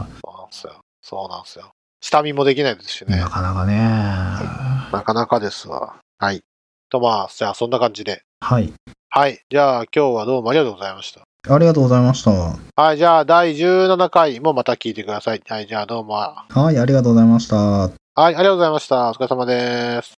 そうなんですよ。下見もできないですしね。 なかなかね。 なかなかですわ。はい。じゃあそんな感じで。 はい。 はい。じゃあ今日はどうもありがとうございました。 ありがとうございました。 はい。じゃあ第17回もまた聞いてください。はい。じゃあどうも。 はい。ありがとうございました。はい。 ありがとうございました。お疲れ様です。